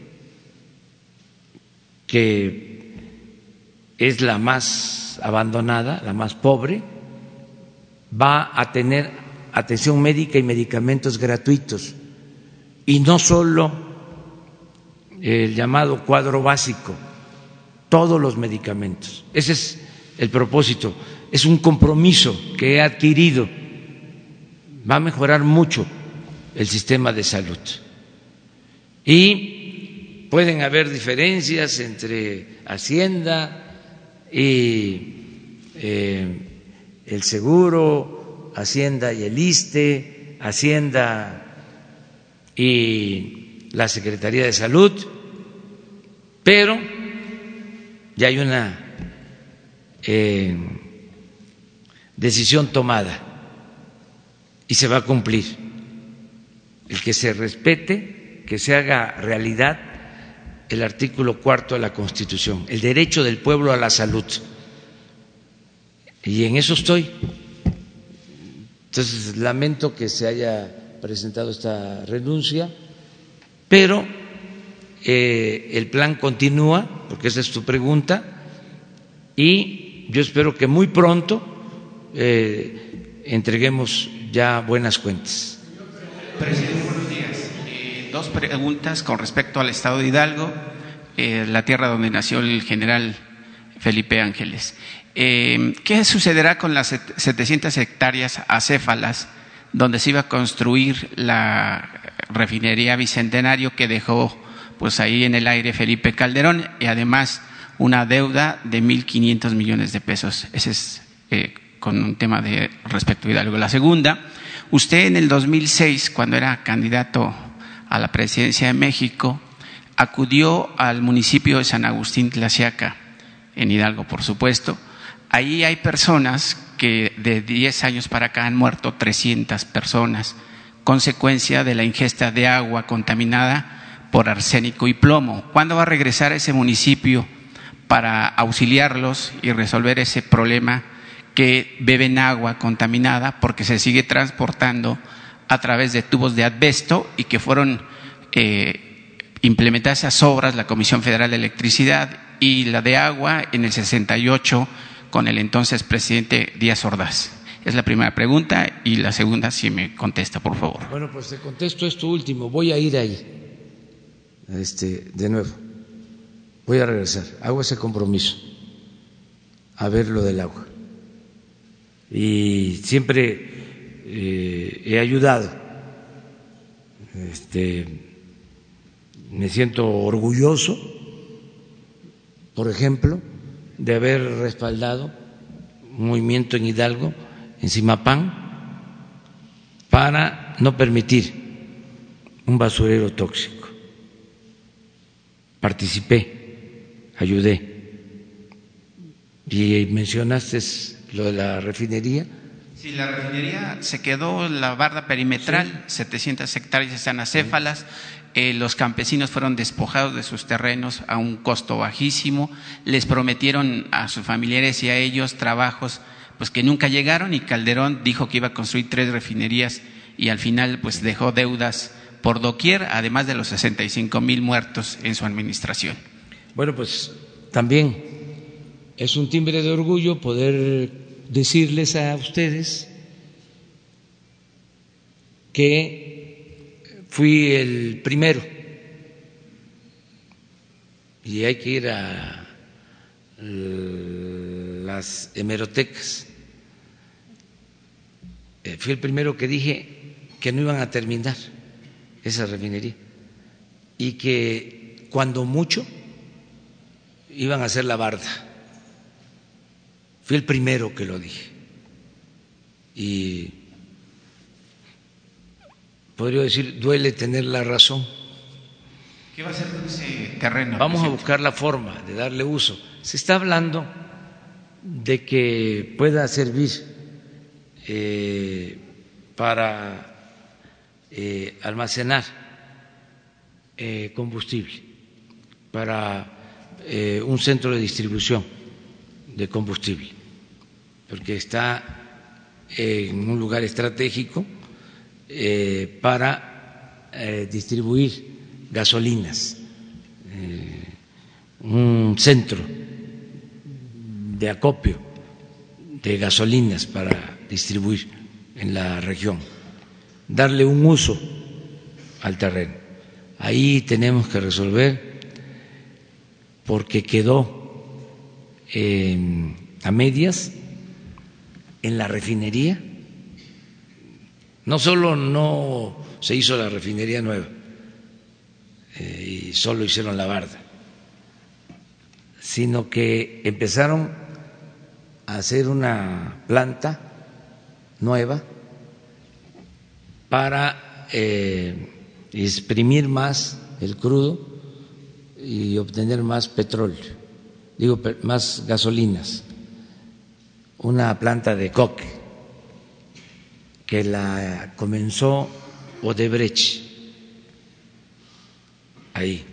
que es la más abandonada, la más pobre, va a tener atención médica y medicamentos gratuitos, y no solo el llamado cuadro básico, todos los medicamentos. Ese es el propósito, es un compromiso que he adquirido. Va a mejorar mucho el sistema de salud. Y pueden haber diferencias entre Hacienda y el seguro, Hacienda y el ISSSTE, Hacienda y la Secretaría de Salud, pero ya hay una decisión tomada y se va a cumplir. El que se respete, que se haga realidad el artículo 4 de la Constitución, el derecho del pueblo a la salud. Y en eso estoy. Entonces, lamento que se haya presentado esta renuncia, pero el plan continúa, porque esa es tu pregunta, y yo espero que muy pronto entreguemos ya buenas cuentas. Presidente, buenos días. Dos preguntas con respecto al estado de Hidalgo, la tierra donde nació el general Felipe Ángeles. ¿Qué sucederá con las 700 hectáreas acéfalas donde se iba a construir la refinería Bicentenario que dejó pues ahí en el aire Felipe Calderón, y además una deuda de 1.500 millones de pesos? Ese es con un tema de respecto a Hidalgo. La segunda, usted en el 2006, cuando era candidato a la presidencia de México, acudió al municipio de San Agustín Tlaxiaca, en Hidalgo, por supuesto. Ahí hay personas que de 10 años para acá han muerto 300 personas, consecuencia de la ingesta de agua contaminada por arsénico y plomo. ¿Cuándo va a regresar a ese municipio para auxiliarlos y resolver ese problema que beben agua contaminada porque se sigue transportando a través de tubos de asbesto y que fueron implementadas esas obras, la Comisión Federal de Electricidad y la de agua en el 68 con el entonces presidente Díaz Ordaz? Es la primera pregunta, y la segunda, si me contesta, por favor. Bueno, pues te contesto esto último. Voy a ir ahí, de nuevo. Voy a regresar. Hago ese compromiso a ver lo del agua. Y siempre he ayudado. Me siento orgulloso, por ejemplo, de haber respaldado un movimiento en Hidalgo, en Zimapán, para no permitir un basurero tóxico. participé, ayudé. Y mencionaste lo de la refinería. Sí, la refinería se quedó la barda perimetral, sí. 700 hectáreas están acéfalas. Los campesinos fueron despojados de sus terrenos a un costo bajísimo. Les prometieron a sus familiares y a ellos trabajos pues que nunca llegaron, y Calderón dijo que iba a construir 3 refinerías y al final pues dejó deudas por doquier, además de los 65,000 muertos en su administración. Bueno, pues también es un timbre de orgullo poder decirles a ustedes que fui el primero, y hay que ir a las hemerotecas. Fui el primero que dije que no iban a terminar esa refinería y que cuando mucho iban a hacer la barda. Fui el primero que lo dije. Y podría decir, duele tener la razón. ¿Qué va a hacer con ese terreno? Vamos a buscar la forma de darle uso. Se está hablando de que pueda servir para almacenar combustible, para un centro de distribución de combustible, porque está en un lugar estratégico para distribuir gasolinas, un centro de acopio de gasolinas para distribuir en la región, darle un uso al terreno. Ahí tenemos que resolver, porque quedó a medias en la refinería. No solo no se hizo la refinería nueva y solo hicieron la barda, sino que empezaron a hacer una planta nueva para exprimir más el crudo y obtener más petróleo, más gasolinas, una planta de coque que la comenzó Odebrecht ahí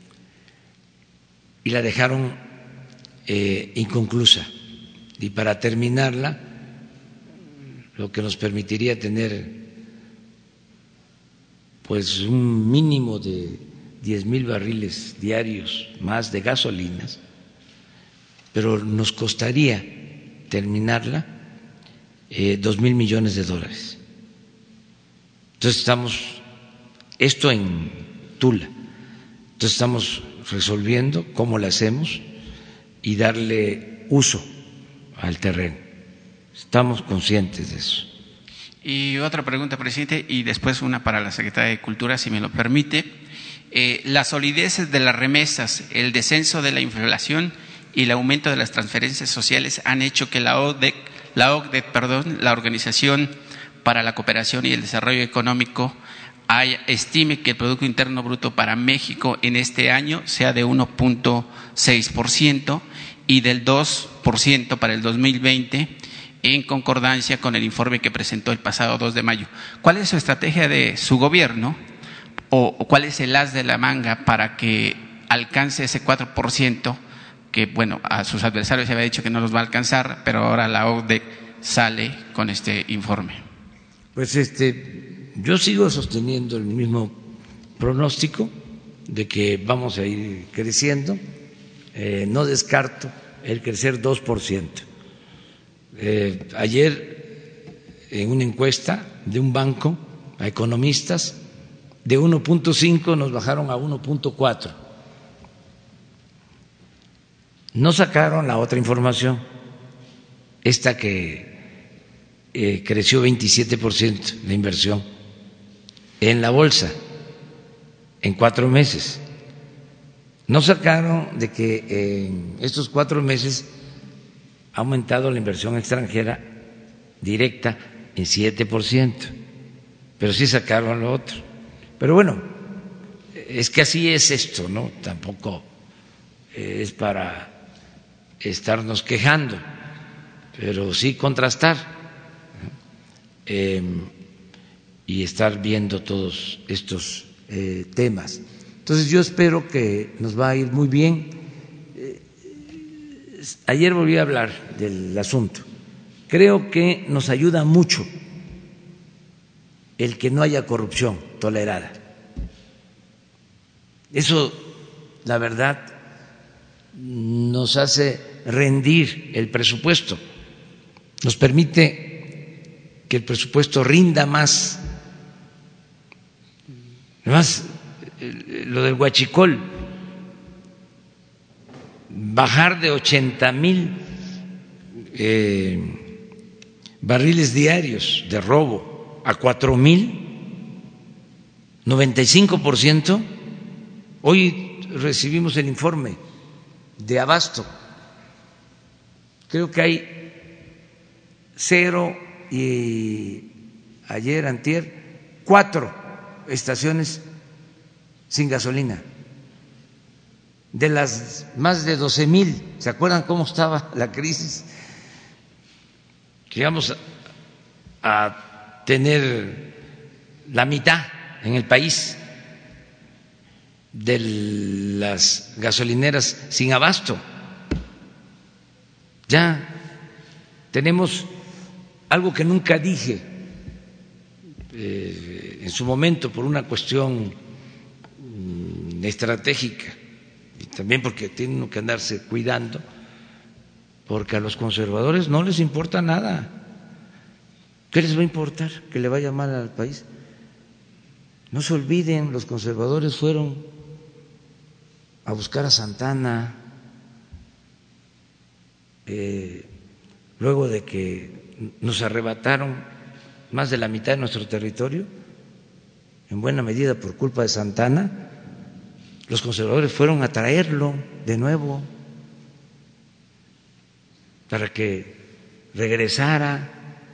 y la dejaron inconclusa, y para terminarla, lo que nos permitiría tener pues un mínimo de 10,000 barriles diarios más de gasolinas, pero nos costaría terminarla $2,000 millones. Entonces estamos, esto en Tula, entonces estamos resolviendo cómo lo hacemos y darle uso al terreno. Estamos conscientes de eso. Y otra pregunta, presidente, y después una para la Secretaria de Cultura, si me lo permite. La solidez de las remesas, el descenso de la inflación y el aumento de las transferencias sociales han hecho que la OCDE, la Organización para la Cooperación y el Desarrollo Económico, estime que el Producto Interno Bruto para México en este año sea de 1.6% y del 2% para el 2020, en concordancia con el informe que presentó el pasado 2 de mayo. ¿Cuál es su estrategia de su gobierno o cuál es el as de la manga para que alcance ese 4%? Que, bueno, a sus adversarios se había dicho que no los va a alcanzar, pero ahora la OCDE sale con este informe. Pues yo sigo sosteniendo el mismo pronóstico de que vamos a ir creciendo. No descarto el crecer 2%. Ayer, en una encuesta de un banco a economistas, de 1.5 nos bajaron a 1.4. No sacaron la otra información, esta que creció 27% la inversión en la bolsa en 4 meses. No sacaron de que en estos 4 meses ha aumentado la inversión extranjera directa en 7%, pero sí sacaron lo otro. Pero bueno, es que así es esto, ¿no? Tampoco es para estarnos quejando, pero sí contrastar y estar viendo todos estos temas. Entonces yo espero que nos va a ir muy bien. Ayer volví a hablar del asunto. Creo que nos ayuda mucho el que no haya corrupción tolerada. Eso, la verdad, nos hace rendir el presupuesto, nos permite que el presupuesto rinda más. Además, lo del huachicol, bajar de 80,000 barriles diarios de robo a 4,000, 95%. Hoy recibimos el informe de Abasto. Creo que hay 0 y ayer, antier, 4 estaciones sin gasolina. De las más de 12,000, ¿se acuerdan cómo estaba la crisis? Llegamos a tener la mitad en el país de las gasolineras sin abasto. Ya tenemos algo que nunca dije en su momento por una cuestión estratégica y también porque tienen que andarse cuidando, porque a los conservadores no les importa nada. ¿Qué les va a importar que le vaya mal al país? No se olviden, los conservadores fueron a buscar a Santana luego de que nos arrebataron más de la mitad de nuestro territorio, en buena medida por culpa de Santana. Los conservadores fueron a traerlo de nuevo para que regresara,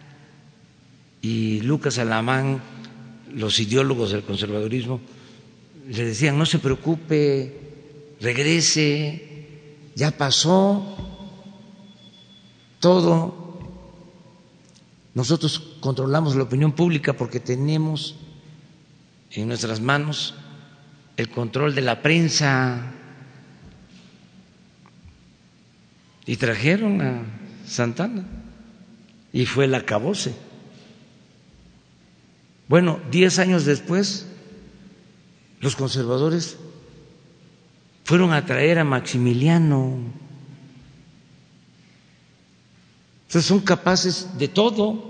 y Lucas Alamán, los ideólogos del conservadurismo, le decían: no se preocupe, regrese, ya pasó todo. Nosotros controlamos la opinión pública porque tenemos en nuestras manos el control de la prensa. Y trajeron a Santana y fue el acabose. Bueno, 10 años después, los conservadores fueron a traer a Maximiliano. O sea, son capaces de todo.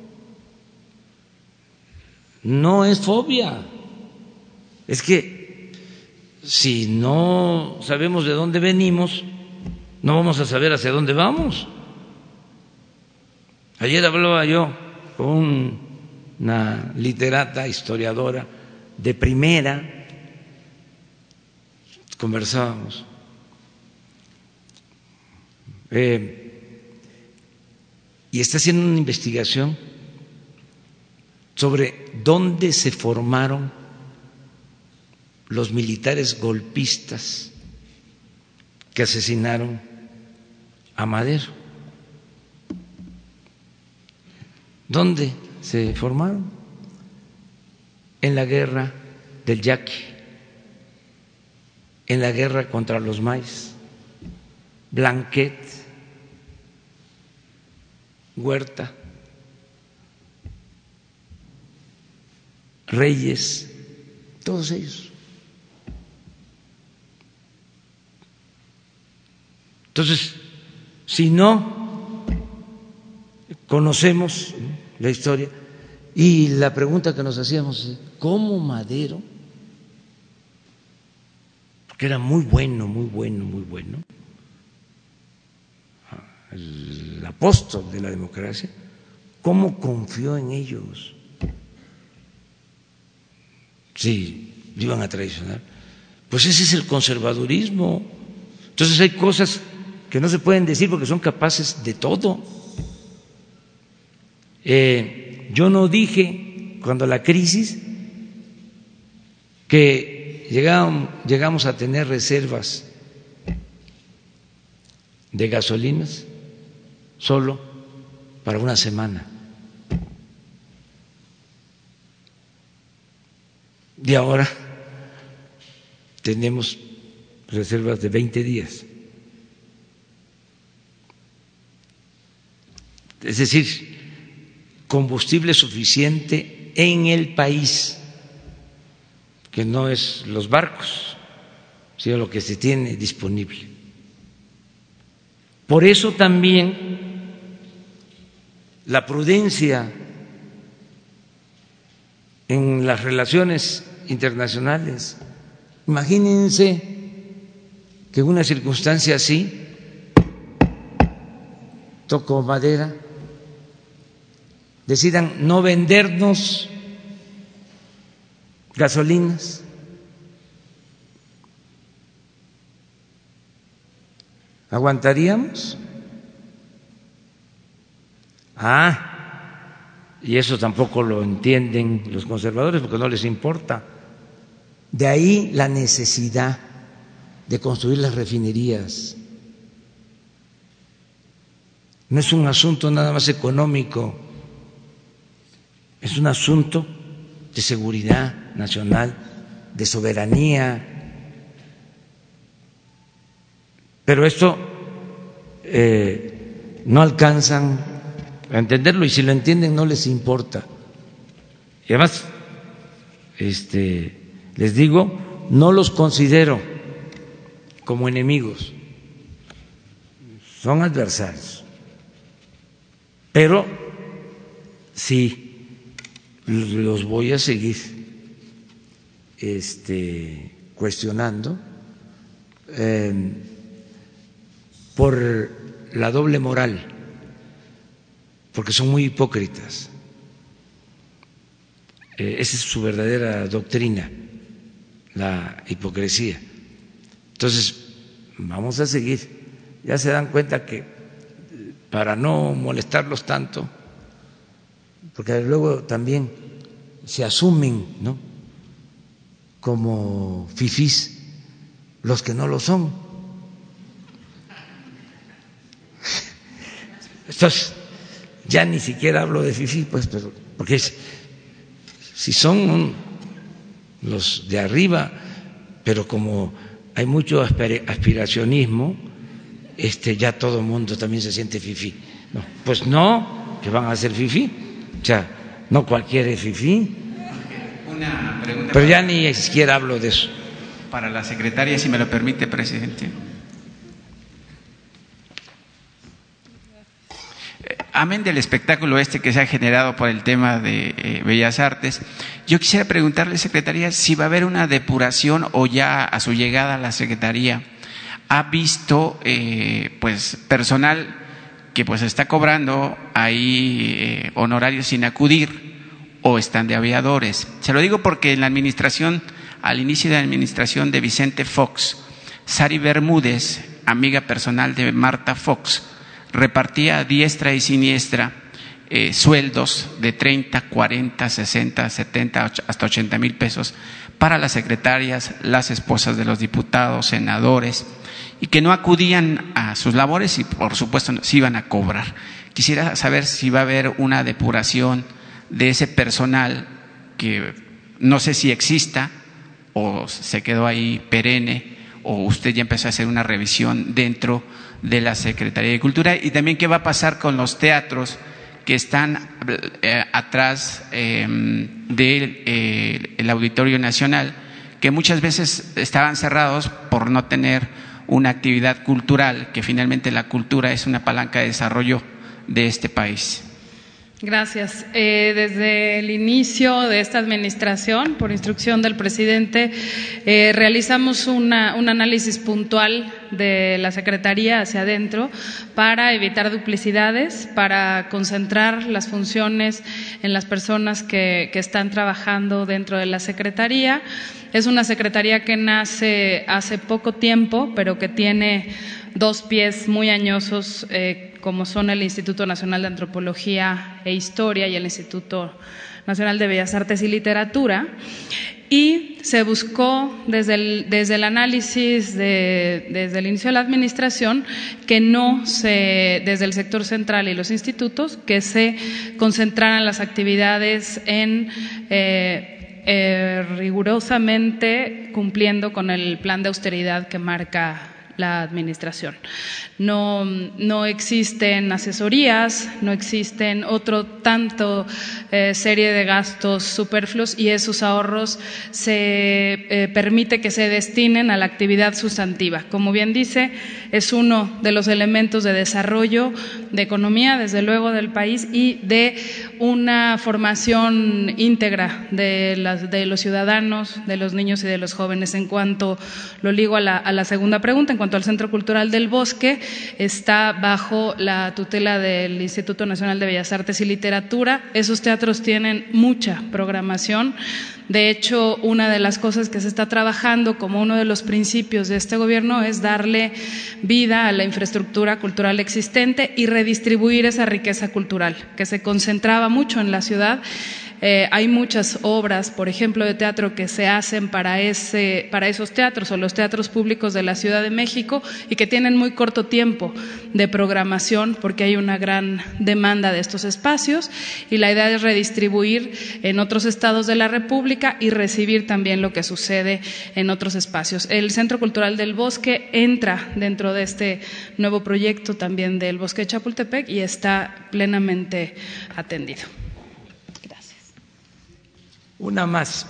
No es fobia. Es que si no sabemos de dónde venimos, no vamos a saber hacia dónde vamos. Ayer hablaba yo con una literata, historiadora de primera, conversábamos. Y está haciendo una investigación sobre dónde se formaron los militares golpistas que asesinaron a Madero. ¿Dónde se formaron? En la guerra del Yaqui, en la guerra contra los maíz, Blanquet, Huerta, Reyes, todos ellos. Entonces, si no conocemos la historia, y la pregunta que nos hacíamos es: ¿cómo Madero, porque era muy bueno, el apóstol de la democracia, cómo confió en ellos? Sí, lo iban a traicionar. Pues ese es el conservadurismo. Entonces hay cosas que no se pueden decir porque son capaces de todo. Yo no dije cuando la crisis que llegamos a tener reservas de gasolinas solo para una semana. Y ahora tenemos reservas de 20 días. Es decir, combustible suficiente en el país, que no es los barcos, sino lo que se tiene disponible. Por eso también la prudencia en las relaciones internacionales. Imagínense que en una circunstancia así, toco madera, decidan no vendernos gasolinas. ¿Aguantaríamos? Y eso tampoco lo entienden los conservadores porque no les importa. De ahí la necesidad de construir las refinerías. No es un asunto nada más económico, es un asunto de seguridad nacional, de soberanía. Pero esto no alcanzan a entenderlo, y si lo entienden no les importa. Y además, les digo, no los considero como enemigos, son adversarios, pero sí los voy a seguir cuestionando por la doble moral, porque son muy hipócritas. Esa es su verdadera doctrina, la hipocresía. Entonces, vamos a seguir. Ya se dan cuenta que para no molestarlos tanto, porque luego también se asumen, ¿no?, como fifís los que no lo son. Entonces, ya ni siquiera hablo de fifí, pues, pero porque si son los de arriba, pero como hay mucho aspiracionismo, ya todo el mundo también se siente fifí. No, pues no, que van a ser fifí. O sea, no cualquiera es fifí. Una pregunta. Pero ya ni siquiera hablo de eso. Para la secretaria, si me lo permite, presidente. Amén del espectáculo que se ha generado por el tema de Bellas Artes, yo quisiera preguntarle, secretaria, si va a haber una depuración o ya a su llegada a la secretaría ha visto pues personal que pues está cobrando ahí honorarios sin acudir o están de aviadores. Se lo digo porque en la administración, al inicio de la administración de Vicente Fox, Sari Bermúdez, amiga personal de Marta Fox, repartía a diestra y siniestra sueldos de 30, 40, 60, 70, hasta 80,000 pesos para las secretarias, las esposas de los diputados, senadores, y que no acudían a sus labores y por supuesto se iban a cobrar. Quisiera saber si va a haber una depuración de ese personal que no sé si exista o se quedó ahí perenne, o usted ya empezó a hacer una revisión dentro de la Secretaría de Cultura, y también qué va a pasar con los teatros que están atrás del Auditorio Nacional, que muchas veces estaban cerrados por no tener una actividad cultural, que finalmente la cultura es una palanca de desarrollo de este país. Gracias. Desde el inicio de esta administración, por instrucción del presidente, realizamos un análisis puntual de la Secretaría hacia adentro para evitar duplicidades, para concentrar las funciones en las personas que están trabajando dentro de la Secretaría. Es una Secretaría que nace hace poco tiempo, pero que tiene dos pies muy añosos, como son el Instituto Nacional de Antropología e Historia y el Instituto Nacional de Bellas Artes y Literatura. y se buscó desde el análisis desde el inicio de la administración que desde el sector central y los institutos, que se concentraran las actividades en rigurosamente cumpliendo con el plan de austeridad que marca la administración. No existen asesorías, no existen serie de gastos superfluos, y esos ahorros se permite que se destinen a la actividad sustantiva. Como bien dice, es uno de los elementos de desarrollo de economía, desde luego, del país, y de una formación íntegra de los ciudadanos, de los niños y de los jóvenes. En cuanto lo ligo a la segunda pregunta, en cuanto al Centro Cultural del Bosque, está bajo la tutela del Instituto Nacional de Bellas Artes y Literatura. Esos teatros tienen mucha programación. De hecho, una de las cosas que se está trabajando como uno de los principios de este gobierno es darle vida a la infraestructura cultural existente y redistribuir esa riqueza cultural que se concentraba mucho en la ciudad. Hay muchas obras, por ejemplo, de teatro que se hacen para esos teatros o los teatros públicos de la Ciudad de México y que tienen muy corto tiempo de programación porque hay una gran demanda de estos espacios, y la idea es redistribuir en otros estados de la República y recibir también lo que sucede en otros espacios. El Centro Cultural del Bosque entra dentro de este nuevo proyecto también del Bosque de Chapultepec y está plenamente atendido. Una más.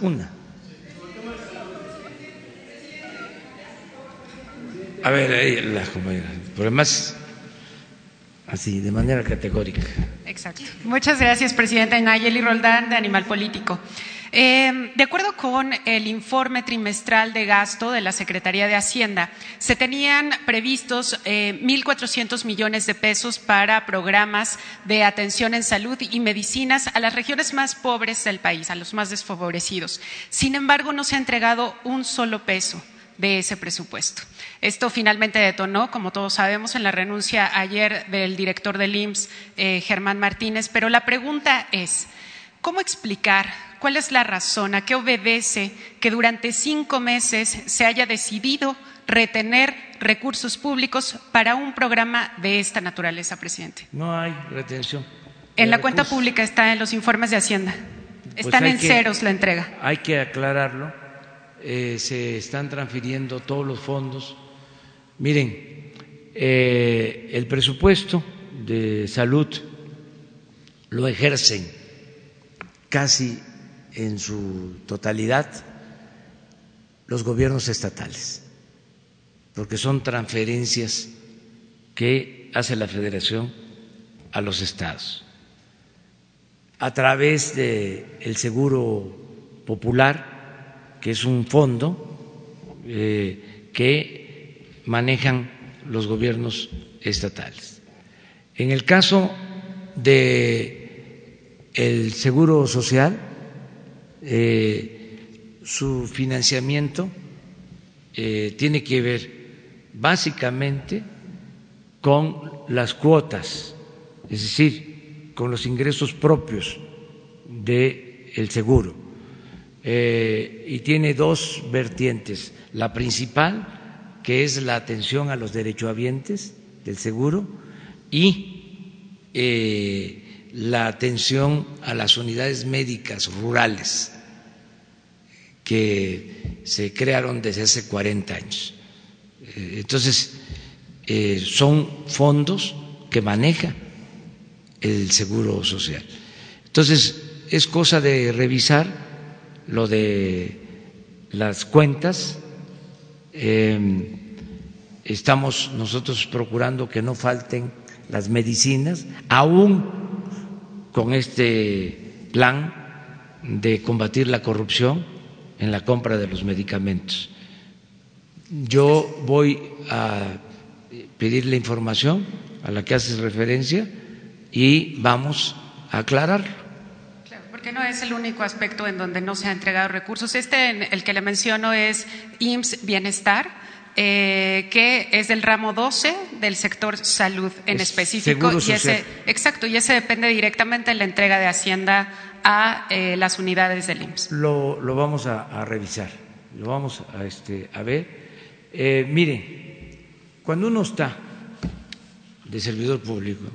A ver, ahí la compañera. Por más, así, de manera categórica. Exacto. Muchas gracias, presidenta. Nayeli Roldán, de Animal Político. De acuerdo con el informe trimestral de gasto de la Secretaría de Hacienda, se tenían previstos 1.400 millones de pesos para programas de atención en salud y medicinas a las regiones más pobres del país, a los más desfavorecidos. Sin embargo, no se ha entregado un solo peso de ese presupuesto. Esto finalmente detonó, como todos sabemos, en la renuncia ayer del director del IMSS, Germán Martínez, pero la pregunta es, ¿cómo explicar? ¿Cuál es la razón? ¿A qué obedece que durante 5 meses se haya decidido retener recursos públicos para un programa de esta naturaleza, presidente? No hay retención. En la cuenta pública está en los informes de Hacienda. Están en ceros la entrega. Hay que aclararlo. Se están transfiriendo todos los fondos. Miren, el presupuesto de salud lo ejercen casi en su totalidad los gobiernos estatales, porque son transferencias que hace la Federación a los estados a través del Seguro Popular, que es un fondo que manejan los gobiernos estatales. En el caso del Seguro Social, su financiamiento tiene que ver básicamente con las cuotas, es decir, con los ingresos propios del seguro, y tiene dos vertientes. La principal, que es la atención a los derechohabientes del seguro, y la atención a las unidades médicas rurales que se crearon desde hace 40 años. Entonces, son fondos que maneja el Seguro Social. Entonces, es cosa de revisar lo de las cuentas. Estamos nosotros procurando que no falten las medicinas, aún con este plan de combatir la corrupción en la compra de los medicamentos. Yo voy a pedirle información a la que haces referencia y vamos a aclararlo. Claro, porque no es el único aspecto en donde no se han entregado recursos. El que le menciono es IMSS Bienestar. que es del ramo 12 del sector salud en específico. Seguro social. Exacto, y ese depende directamente de la entrega de Hacienda a las unidades del IMSS. Lo vamos a revisar, lo vamos a ver. Mire, cuando uno está de servidor público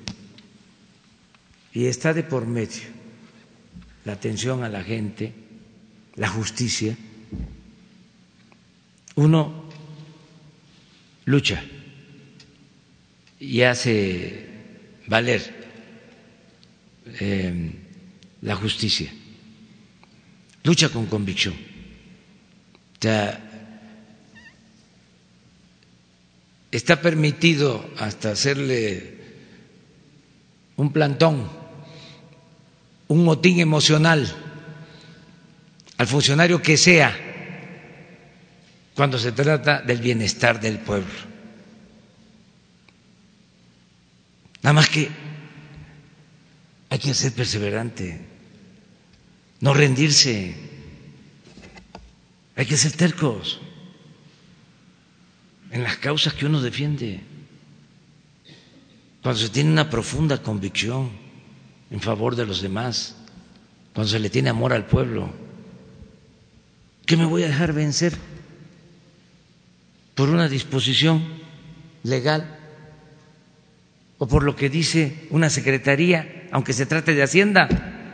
y está de por medio la atención a la gente, la justicia, uno lucha y hace valer la justicia, lucha con convicción. O sea, está permitido hasta hacerle un plantón, un motín emocional al funcionario que sea cuando se trata del bienestar del pueblo. Nada más que hay que ser perseverante, no rendirse, hay que ser tercos en las causas que uno defiende. Cuando se tiene una profunda convicción en favor de los demás, cuando se le tiene amor al pueblo, ¿qué me voy a dejar vencer por una disposición legal o por lo que dice una secretaría, aunque se trate de Hacienda?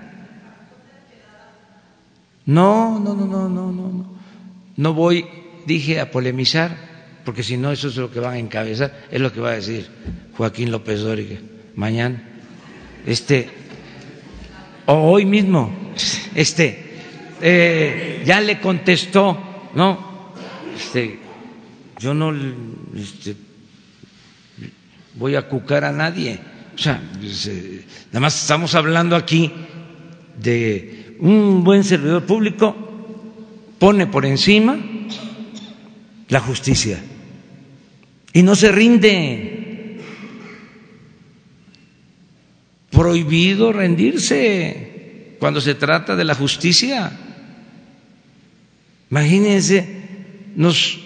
No voy, dije, a polemizar, porque si no eso es lo que van a encabezar, es lo que va a decir Joaquín López Dóriga mañana, o hoy mismo, ya le contestó, yo no voy a cucar a nadie, o sea, nada más estamos hablando aquí de un buen servidor público, pone por encima la justicia y no se rinde. Prohibido rendirse cuando se trata de la justicia. Imagínense, nos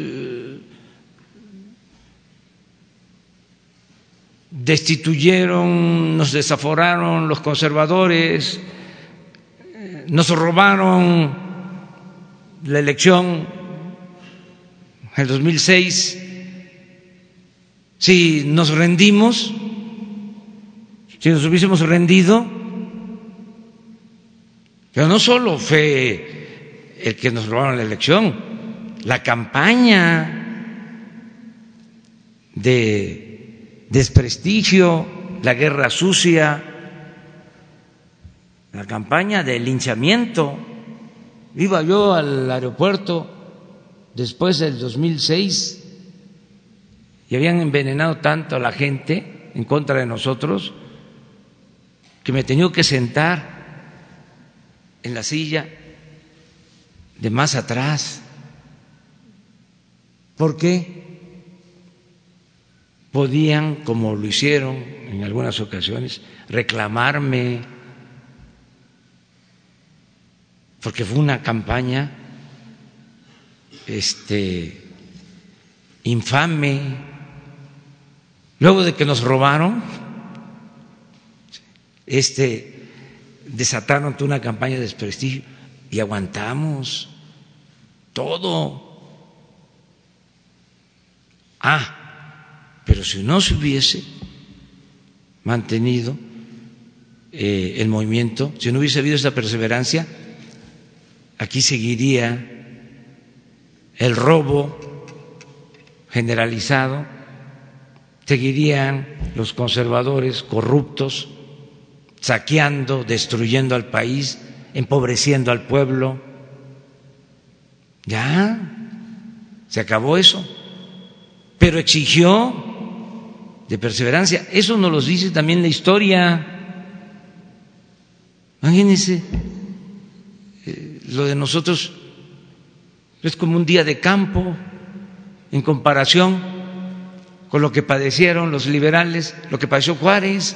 destituyeron, nos desaforaron los conservadores, nos robaron la elección en el 2006. Si nos rendimos, si nos hubiésemos rendido, pero no solo fue el que nos robaron la elección, la campaña de desprestigio, la guerra sucia, la campaña de linchamiento. Iba yo al aeropuerto después del 2006 y habían envenenado tanto a la gente en contra de nosotros que me tenía que sentar en la silla de más atrás. ¿Por qué? Podían, como lo hicieron en algunas ocasiones, reclamarme, porque fue una campaña infame. Luego de que nos robaron, desataron toda una campaña de desprestigio y aguantamos todo. Pero si no se hubiese mantenido el movimiento, si no hubiese habido esa perseverancia, aquí seguiría el robo generalizado, seguirían los conservadores corruptos saqueando, destruyendo al país, empobreciendo al pueblo. Ya se acabó eso, pero exigió de perseverancia. Eso nos lo dice también la historia. Imagínense, lo de nosotros es como un día de campo en comparación con lo que padecieron los liberales, lo que padeció Juárez.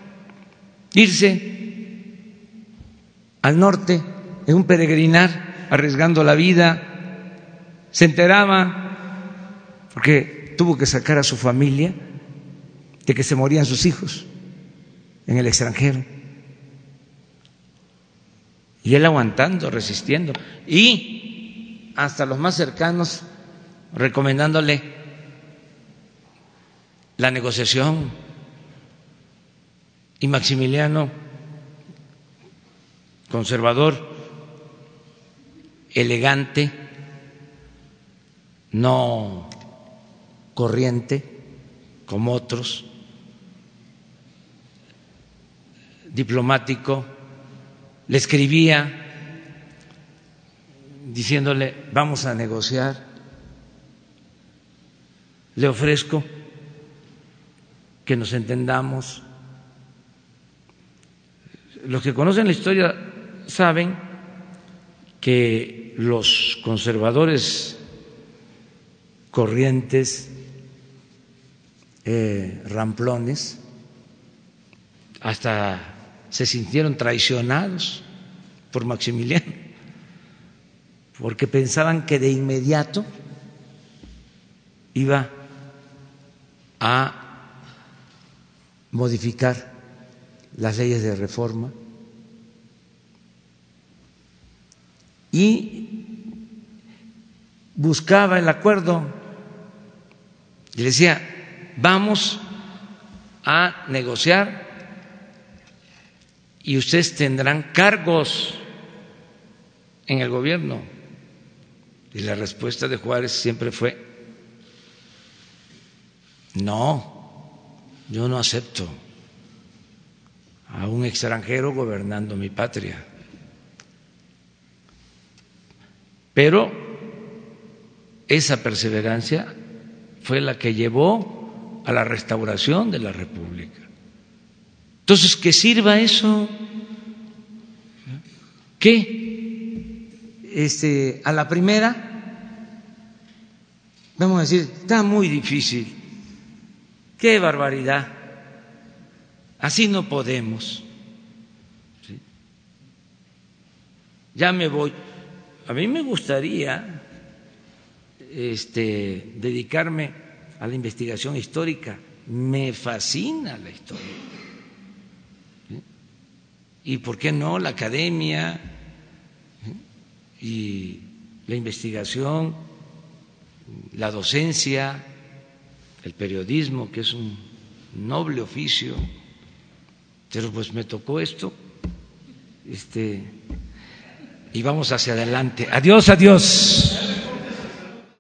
Irse al norte en un peregrinar arriesgando la vida, se enteraba porque tuvo que sacar a su familia de que se morían sus hijos en el extranjero. Y él aguantando, resistiendo, y hasta los más cercanos recomendándole la negociación. Y Maximiliano, conservador, elegante, no corriente como otros, diplomático, le escribía diciéndole: vamos a negociar, le ofrezco que nos entendamos. Los que conocen la historia saben que los conservadores corrientes, ramplones, hasta se sintieron traicionados por Maximiliano, porque pensaban que de inmediato iba a modificar las leyes de reforma y buscaba el acuerdo y le decía: vamos a negociar y ustedes tendrán cargos en el gobierno. Y la respuesta de Juárez siempre fue: no, yo no acepto a un extranjero gobernando mi patria. Pero esa perseverancia fue la que llevó a la restauración de la República. Entonces, que sirva eso, que a la primera vamos a decir: está muy difícil, qué barbaridad, así no podemos, ¿sí? Ya me voy. A mí me gustaría dedicarme a la investigación histórica, me fascina la historia. ¿Y por qué no la academia y la investigación, la docencia, el periodismo, que es un noble oficio? Pero pues me tocó esto, y vamos hacia adelante. Adiós, adiós.